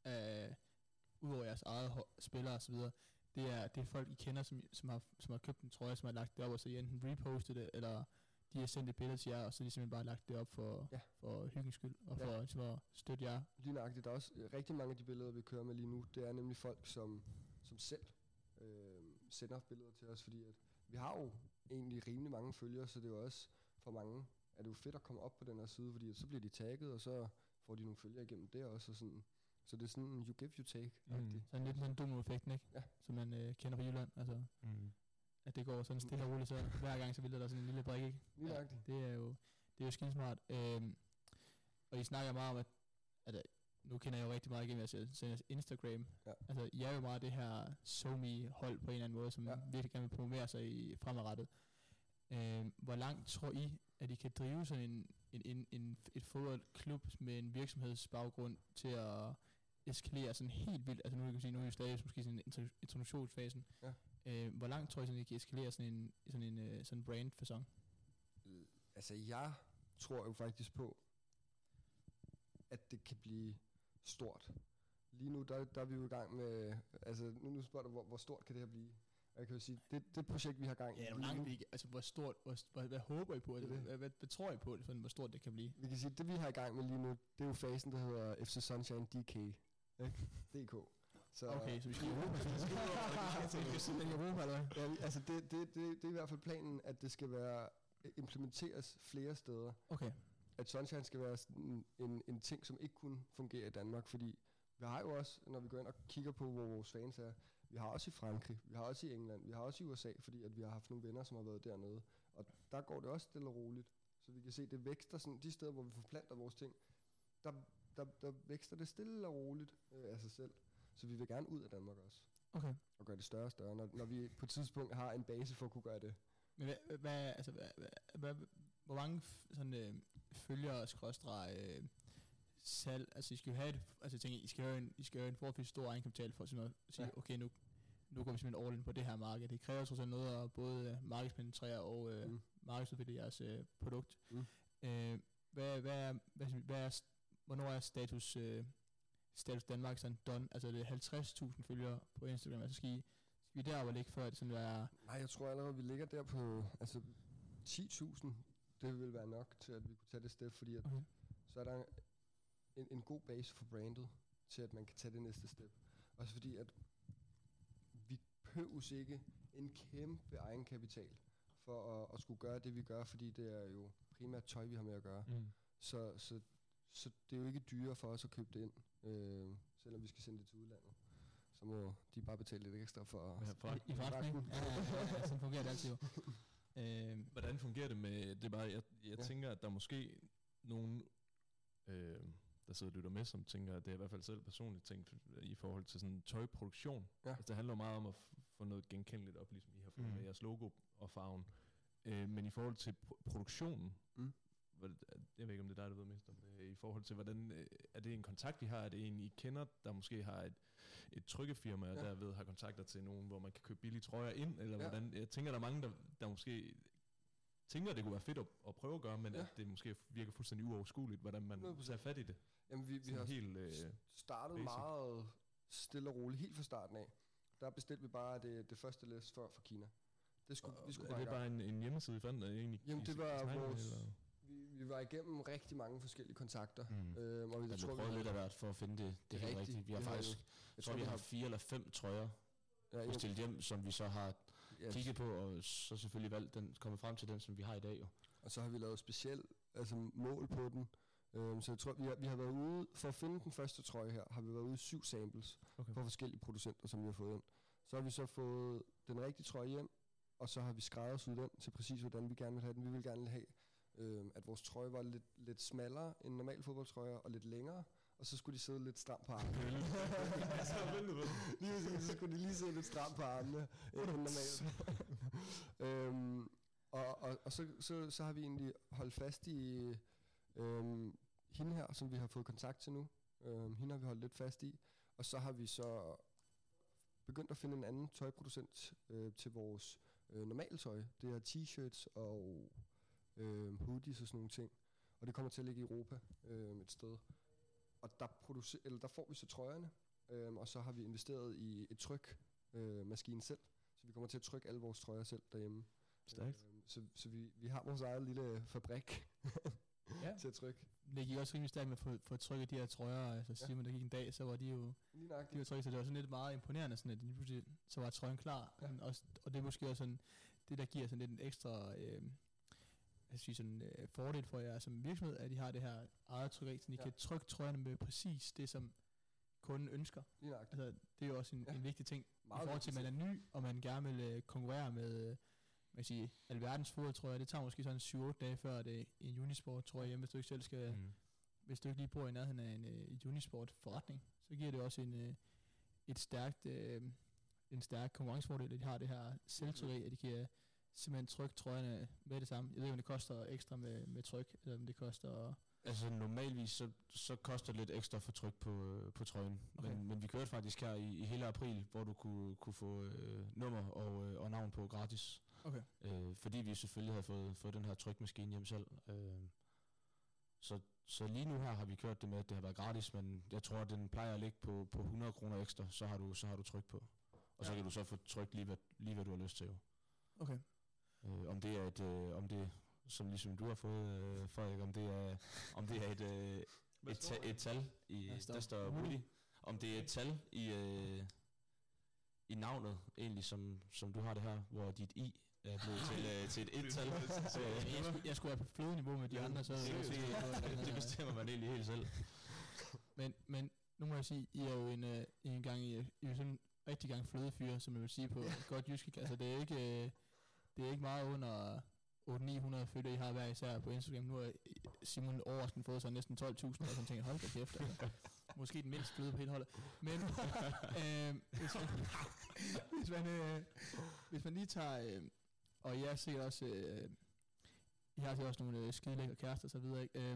udover jeres eget spillere og så videre, det er folk, I kender, som har købt en trøje, som har lagt det op, og så I enten repostet det, eller de har sendt et billede til jer, og så har de simpelthen bare lagt det op for hyggens skyld, og for at støtte jer. Lige nøjagtigt. Der er også rigtig mange af de billeder, vi kører med lige nu. Det er nemlig folk, som selv sender billeder til os, fordi at vi har jo egentlig rimelig mange følgere, så det er jo også for mange, at det er jo fedt at komme op på den her side, fordi så bliver de tagget, og så får de nogle følgere igennem det også, og sådan. Så det er sådan you give, you take. Sådan lidt en domino-effekten, ikke? Ja. Som man kender fra Jylland, altså. At det går sådan stille og roligt, så hver gang så vil der sådan en lille brik, ikke? Ja, det er jo skidesmart. Og I snakker meget om, at nu kender jeg jo rigtig meget igennem jeres Instagram. Ja. Altså, I er jo meget det her SoMe-hold på en eller anden måde, som virkelig gerne vil promovere sig i fremadrettet. Hvor langt tror I, at I kan drive sådan et fodboldklub med en virksomhedsbaggrund til at eskalere sådan helt vildt? Altså nu kan jeg sige, nu er vi stadig måske sådan en introduktionsfasen. Ja. Hvor langt tror I, sådan, I kan eskalere sådan en brand-fasong? Altså, jeg tror jo faktisk på, at det kan blive stort. Lige nu, der er vi jo i gang med, altså nu spørger du, hvor stort kan det her blive? Jeg kan jo sige, det projekt, vi har gang i. Ja, hvor langt vi, altså hvor stort, hvad håber I på? Hvad tror I på, hvor stort det kan blive? Vi kan sige, det vi har i gang med lige nu, det er jo fasen, der hedder FC Sunshine DK. DK. Så okay, så vi skal i Europa. Vi skal i Europa, eller hvad? Ja, altså det er i hvert fald planen, at det skal være implementeres flere steder. Okay. At Sunshine skal være sådan en ting, som ikke kun fungerer i Danmark, fordi vi har jo også, når vi går ind og kigger på, hvor vores fans er, vi har også i Frankrig, vi har også i England, vi har også i USA, fordi at vi har haft nogle venner, som har været dernede. Og der går det også stille og roligt. Så vi kan se, det vækster sådan, de steder, hvor vi forplanter vores ting, der vækster det stille og roligt af sig selv. Så vi vil gerne ud af Danmark også. Okay. Og gøre det større og større, når vi på et tidspunkt har en base for at kunne gøre det. Men hvor mange sådan følgere salg, altså I skal jo have et, altså jeg tænker, I skal have en forholdsvis stor egenkapital for at sige, okay, nu går vi simpelthen all in på det her marked. Det kræver trods alt noget at både markedspenetrere og markedsudvikle jeres produkt. Hvornår er status Danmark sådan done? Altså det er 50.000 følgere på Instagram, altså skal vi deroppe ligge før det sådan være? Nej, jeg tror allerede, vi ligger der på 10.000. Det vil være nok til, at vi kunne tage det step, fordi at så er der en god base for brandet, til at man kan tage det næste step. Også fordi, at vi behøves ikke en kæmpe egenkapital for at skulle gøre det, vi gør, fordi det er jo primært tøj, vi har med at gøre. Så det er jo ikke dyrere for os at købe det ind, selvom vi skal sende det til udlandet. Så må de bare betale lidt ekstra for i forretning. Ja, sådan fungerer det altid jo. Hvordan fungerer det med, det er bare, jeg tænker, at der er måske nogen, der sidder og lytter med, som tænker, at det er i hvert fald selv personligt tænkt i forhold til sådan tøjproduktion. Ja. Altså det handler meget om at få noget genkendeligt op, ligesom I har fået med jeres logo og farven. Men i forhold til produktionen, jeg ved ikke, om det er dig, der ved mest om det, i forhold til, hvordan, er det en kontakt, I har? Er det en, I kender, der måske har et trykkefirma, og derved har kontakter til nogen, hvor man kan købe billige trøjer ind, eller hvordan? Jeg tænker, der er mange, der måske tænker, det kunne være fedt at prøve at gøre, men at det måske virker fuldstændig uoverskueligt, hvordan man tager fat i det. Jamen, vi har helt, startet basic. Meget stille og roligt, helt fra starten af. Der bestilte vi bare det første læs for Kina. Vi skulle er det bare en hjemmeside, I fandt? Jamen, det var vores... Vi var igennem rigtig mange forskellige kontakter. Og vi tror prøvet lidt af hvert for at finde det helt rigtigt. Vi har faktisk, jeg tror vi har 4 eller 5 trøjer bestilt hjem, som vi så har kigget på, og så selvfølgelig valgt den, kommet frem til den, som vi har i dag. Jo. Og så har vi lavet specielt mål på den. Så jeg tror, vi har været ude, for at finde den første trøje her, har vi været ude i 7 samples fra forskellige producenter, som vi har fået ind. Så har vi så fået den rigtige trøje hjem, og så har vi skræddersyet den til præcis, hvordan vi gerne vil have den. Vi vil gerne have at vores trøje var lidt smallere end normal fodboldtrøjer, og lidt længere, og så skulle de sidde lidt stramt på armene. Så skulle de lige sidde lidt stramt på armene, end normalt. Og så har vi egentlig holdt fast i hende her, som vi har fået kontakt til nu. Hende har vi holdt lidt fast i, og så har vi så begyndt at finde en anden tøjproducent til vores normale tøj. Det er t-shirts og hoodies og sådan nogle ting. Og det kommer til at ligge i Europa et sted. Og der får vi så trøjerne, og så har vi investeret i et trykmaskine selv. Så vi kommer til at trykke alle vores trøjer selv derhjemme. Stærkt. Så vi har vores eget lille fabrik Ja. til at trykke. Det gik også rimelig stærkt med at få trykket de her trøjer. Altså Simon, der gik en dag, så var de jo Lige nok. de var trykket, så det var sådan lidt meget imponerende, sådan at lige pludselig, så var trøjen klar. Ja. Og det er måske også sådan, det der giver sådan lidt en ekstra fordel for jer som virksomhed, at de har det her eget trykkeri, så I kan trykke trøjerne med præcis det, som kunden ønsker. Lige nok. Altså, det er jo også en vigtig ting, Meget i forhold til, at vigtig man er ny, og man gerne vil konkurrere med man kan sige, alverdens fodboldtrøjer. Det tager måske sådan 7-8 dage før det er en Unisport, tror jeg, hjemme, hvis du ikke selv skal, hvis du ikke lige bor i nærheden af en Unisport forretning, så giver det også en stærk konkurrencefordel, at de har det her selvtrykkeri, at de kan simpelthen trykke trøjerne med det samme. Jeg ved ikke, om det koster ekstra med tryk, eller om det koster... Altså normalvis, så koster det lidt ekstra for tryk på trøjen. Okay. Men vi kørte faktisk her i hele april, hvor du kunne få nummer og navn på gratis. Okay. Fordi vi selvfølgelig havde fået den her trykmaskine hjem selv. Så lige nu her har vi kørt det med, at det har været gratis, men jeg tror, at den plejer at ligge på 100 kroner ekstra, så har du tryk på. Og så kan du så få tryk lige hvad du har lyst til. Jo. Okay. Om det er om det, som ligesom du har fået, Frederik, om det er et tal i, der står Woody. Om det er et tal i navnet, egentlig, som du har det her, hvor dit i er blevet til et et-tal. Jeg skulle være på flødeniveau med de andre, så... Det bestemmer man egentlig helt selv. Men nu må jeg sige, I er jo en gang, I er jo sådan rigtig gang flødefyre, som jeg vil sige på godt jysk. Altså det er ikke meget under 800-900 følgere, I har hver især på Instagram. Nu har Simon overraskende fået så næsten 12.000, og sådan tænker, hold da kæft. Altså. Måske den mindste fløde på hele holdet. Men hvis man lige tager, og I har sikkert også, I har sikkert også nogle skidelækre kærester og så videre, ikke?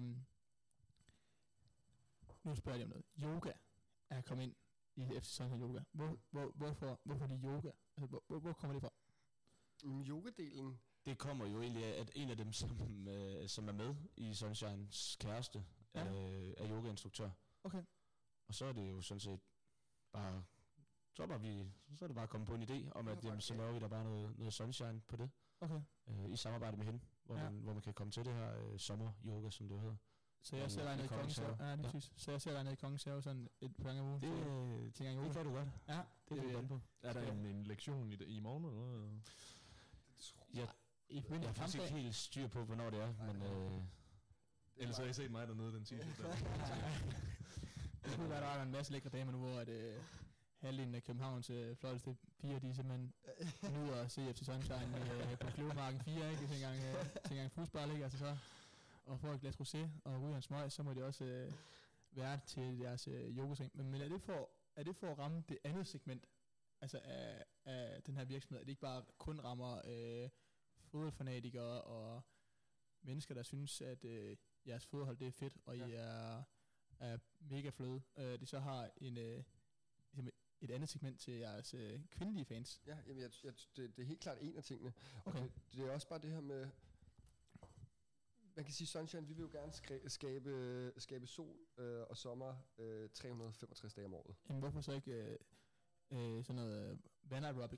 Nu spørger jeg om noget. Yoga er kommet ind i FC Sunshine Yoga. Hvorfor lige yoga? Altså, hvor kommer det fra? Yogadelen. Det kommer jo egentlig af, at en af dem, som er med i Sunshines kæreste, er yogainstruktør. Okay. Og så er det jo sådan set bare, så er det bare kommet på en idé om, at jamen, så laver vi der bare noget sunshine på det. Okay. I samarbejde med hende, hvor man kan komme til det her sommer-yoga, som det hedder. Så jeg ser dig nede i Kongens Have. Ja, det synes. Så jeg ser dig nede i Kongens Have sådan et par gange om ugen. Det kan du godt. Ja, Det er det på. Er der en lektion i morgen eller noget? Jeg har faktisk ikke helt styr på, hvornår det er, men... Ellers har I set mig dernede den t-shirt der. Det kunne være, der er en masse lækre damer nu, hvor halvdelen af Københavns flotteste piger, de simpelthen nyder at se FC Sunshine på Kløvermarken 4, ikke? Til en gang fodbold, ikke? Altså så, og får et glas rosé og ryger en smøg, så må de også være til deres yogaseng. Men er det for at ramme det andet segment, altså af den her virksomhed, at det ikke bare kun rammer fodboldfanatikere og mennesker, der synes, at jeres fodboldhold det er fedt, og I er mega fløde. Det så har et andet segment til jeres kvindelige fans. Ja, jamen det er helt klart en af tingene. Okay. Og det er også bare det her med, man kan sige Sunshine, vi vil jo gerne skabe sol og sommer 365 dage om året. Jamen hvorfor så ikke sådan noget vanaerobic?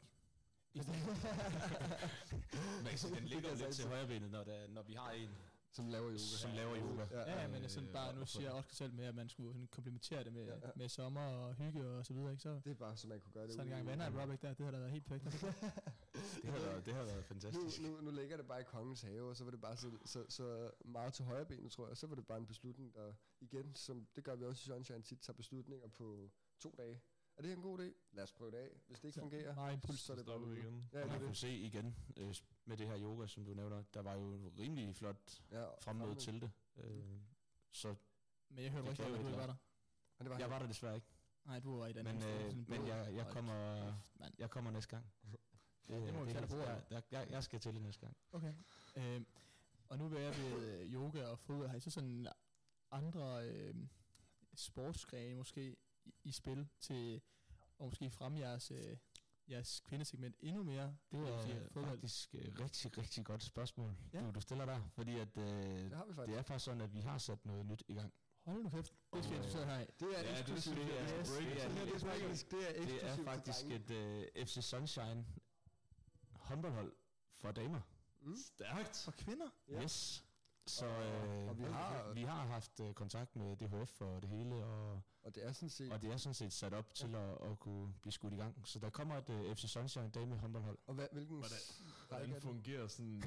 Den ligger lidt til højrebenet, når vi har en, som laver yoga. Ja, men sådan bare, nu siger Oscar selv med, at man skulle sådan komplementere det med sommer og hygge og så videre, ikke? Så det er bare, så man kunne gøre det. Så en gang vanaerobic der, det har da været helt perfekt. det har været fantastisk. Nu ligger det bare i Kongens Have, og så var det bare så meget til højrebenet, tror jeg. Så var det bare en beslutning, der igen, som det gør vi også i Sunshine tit, tager beslutninger på 2 dage. Er det en god idé? Lad os prøve det af. Hvis det ikke fungerer, så er det bare igen. Ja, man kunne se igen med det her yoga, som du nævner, der var jo rimelig flot fremmøde til det. Så men jeg hørte ikke, at du ikke var der. Jeg var der desværre ikke. Nej, du var i den. Men jeg kommer næste gang. Det må vi tage på. Jeg skal til det næste gang. Okay. Og nu vil jeg ved yoga og fodbold. Har I så sådan andre sportsgrene måske i spil til at måske fremme jeres kvindesegment endnu mere? Det er faktisk rigtig, rigtig godt spørgsmål, du stiller der, fordi at, det er faktisk sådan, at vi har sat noget nyt i gang. Hold nu kæft, det skal jeg interessere her i. Det er eksklusivt. Det er faktisk et FC Sunshine håndboldhold for damer. Stærkt. For kvinder? Ja. Yes. Så og vi har haft kontakt med DHF og det hele, Og det er sådan set... og det er sådan set sat op til at kunne blive skudt i gang. Så der kommer et FC Sunshine dame håndboldhold. Og hvilken... Hvordan fungerer sådan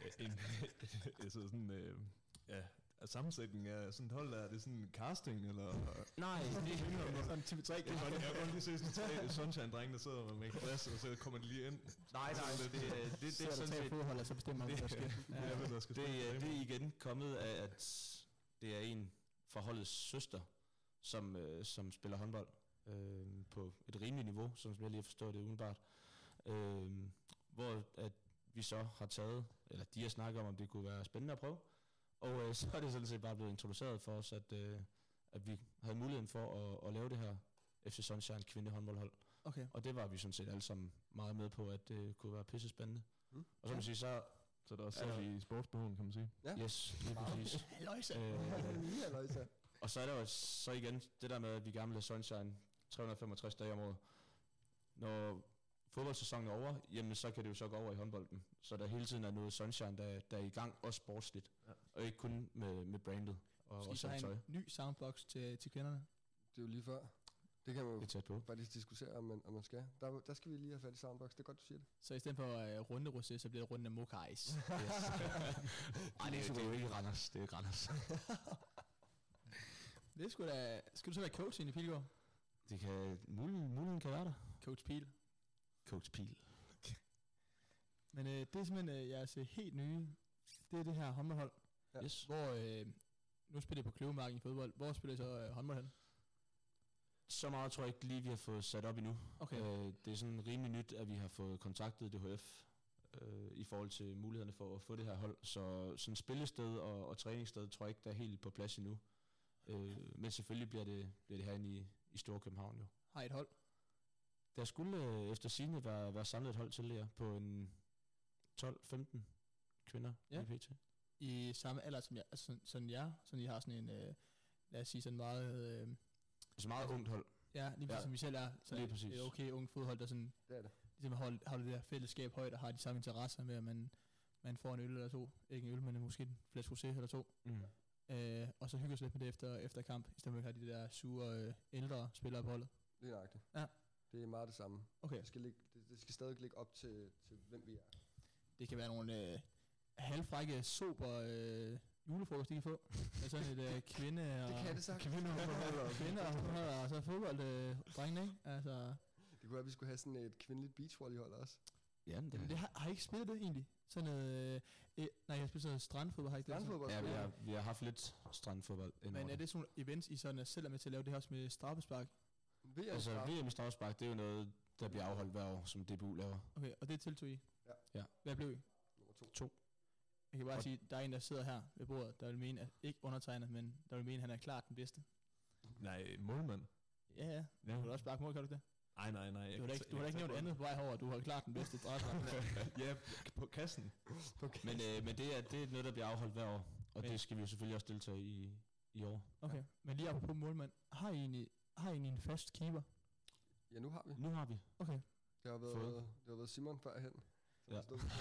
sammensætning af sådan et hold? Er det sådan en casting, eller? Nej, det er Sådan TV3 Jeg kan godt lige se sådan 3 Sunshine-drenge, der sidder med en plads, og så kommer de lige ind. nej, det er sådan set... fodhold, og så bestemmer man, hvad der sker. Jeg ved, der skal Det er igen kommet af, at det er en fra holdets søster, som spiller håndbold på et rimeligt niveau, som jeg lige har forstået det umiddelbart. Hvor at vi så har taget, eller de har snakket om det kunne være spændende at prøve. Og så er det sådan set bare blevet introduceret for os, at vi havde muligheden for at lave det her FC Sunshine kvindehåndboldhold. Okay. Og det var vi sådan set alle sammen meget med på, at det kunne være pisse spændende. Og så kan man sige, så Så der er også selv i sportsbehoven, kan man sige. Ja. yes, lige præcis. Halløjsa. Og så er der jo så igen det der med, at vi gerne vil have Sunshine 365 dage om året. Når fodboldsæsonen er over, jamen så kan det jo så gå over i håndbolden. Så der hele tiden er noget Sunshine, der er i gang, også sportsligt. Ja. Og ikke kun med brandet og Skal I så også have tøj. en ny soundbox til kvinderne? Det er jo lige før. Det kan man Det jo er tæt på. faktisk diskutere, om man skal. Der skal vi lige have fat i soundbox. Det er godt, du siger det. Så i stedet for runde rosé, så bliver det runde mocha-ice. Yes. Ej, det er jo ikke Randers. Det er ikke Randers. Det skulle da... Skal du så være coach inde i Pilgaard? Det kan... Muligheden kan være der. Coach Pil. Coach Pil. Men det er simpelthen jeres helt nye... Det er det her håndboldhold. Ja. Yes. Hvor... Nu spiller I på Kløvemarken i fodbold. Hvor spiller I så håndbold hen? Så meget tror jeg ikke lige, vi har fået sat op endnu. Okay. Det er sådan rimelig nyt, at vi har fået kontaktet DHF i forhold til mulighederne for at få det her hold. Så sådan spillested og træningssted tror jeg ikke, der er helt på plads endnu. Men selvfølgelig bliver det herinde i Storkøbenhavn jo. Har I et hold? Der skulle efter sigende være samlet et hold til jer på en 12-15 kvinder Ja. i PT. I samme alder som jeg, altså sådan jer, sådan I har sådan en, lad os sige sådan meget, Altså meget ungt hold. ja, lige præcis Ja. som vi selv er, så Lige præcis. et okay ungt fodhold, der sådan, Det er det. ligesom holder det der fællesskab højt, og har de samme interesser med, at man får en øl eller to, ikke en øl, men måske en flaske rosé eller to, og så hygger sig lidt med det efter kamp, i stedet for at have de der sure ældre spillere på holdet. Det er nøjagtigt. Ja. Det er meget det samme. Okay, Det skal stadig ligge op til hvem vi er. det kan være nogle halvfrække, sober julefrokost, de kan få, med sådan et kvinde og... Det kan det sagt. Kvinder og så fodbolddrengene, ikke? Altså, Det kunne være, at vi skulle have sådan et kvindeligt beachvolleyhold også. Jamen, jamen, det har I ikke spillet det egentlig? Sådan noget... nej, jeg har spillet sådan noget strandfodbold, har I ikke det? Strandfodbold. Ja, vi har haft lidt strandfodbold. Men er det sådan nogle events, I sådan selv er med til at lave det her også med straffespark? Altså VM i straffespark, det er jo noget, der bliver afholdt hver år, som DBU laver. Okay, og det tiltog I? Ja. Hvad blev I? Nummer 2. Jeg kan bare Og- sige, der er en, der sidder her ved bordet, der vil mene, at ikke undertegnet, men der vil mene, at han er klart den bedste. Nej, målmand. Ja, ja. Du kan også sparke mål, kan du ikke det? Nej. Du har da ikke nævnt andet på vej herover, du har klart den bedste straffespark. Ja, på kassen. Men det er noget, der bliver afholdt hver år, og Men- det skal vi jo selvfølgelig også deltage i år. Okay, men lige apropos målmand, har I egentlig en fast keeper? Ja, nu har vi. Nu har vi. Okay. Det har været Simon førhen. Ja.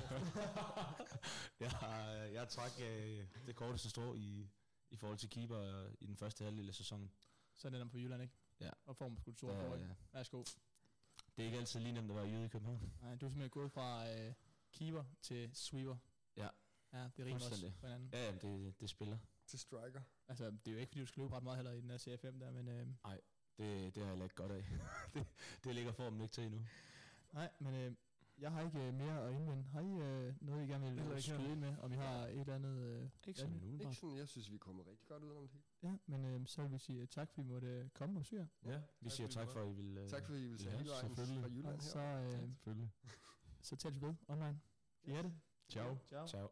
Jeg trak det korteste strå i forhold til keeper i den første halvdel af sæsonen. Så er det der på Jylland, ikke? Ja. Og får man sgu det store forhold. Værsgo. Det er ikke altid lige nemt at være jyde i København. Nej, du er simpelthen gået fra keeper til sweeper. Ja. Ja, det rimer også Fuldstændig. på hinanden. Ja, jamen, det spiller. Til striker. Altså, det er jo ikke, fordi du skal løbe ret meget heller i den her CFM der, men... Det har jeg heller ikke godt af. det ligger formen ikke til endnu. Nej, men jeg har ikke mere at indvende. Har I noget, I gerne Heller vil ikke her. skyde ind med, om I har et eller andet... Ikke sådan nu. Ikke sådan, jeg synes, vi er kommet rigtig godt ud om det hele. Ja, men så vil vi sige tak, fordi I måtte komme og syge. Ja, Vi siger tak for, at I vil... Tak fordi I vil tage ja, hele vejen selvfølgelig. fra Jylland Og her. så, selvfølgelig. så tales vi ved online. I er det. Ciao. Ciao. Ciao.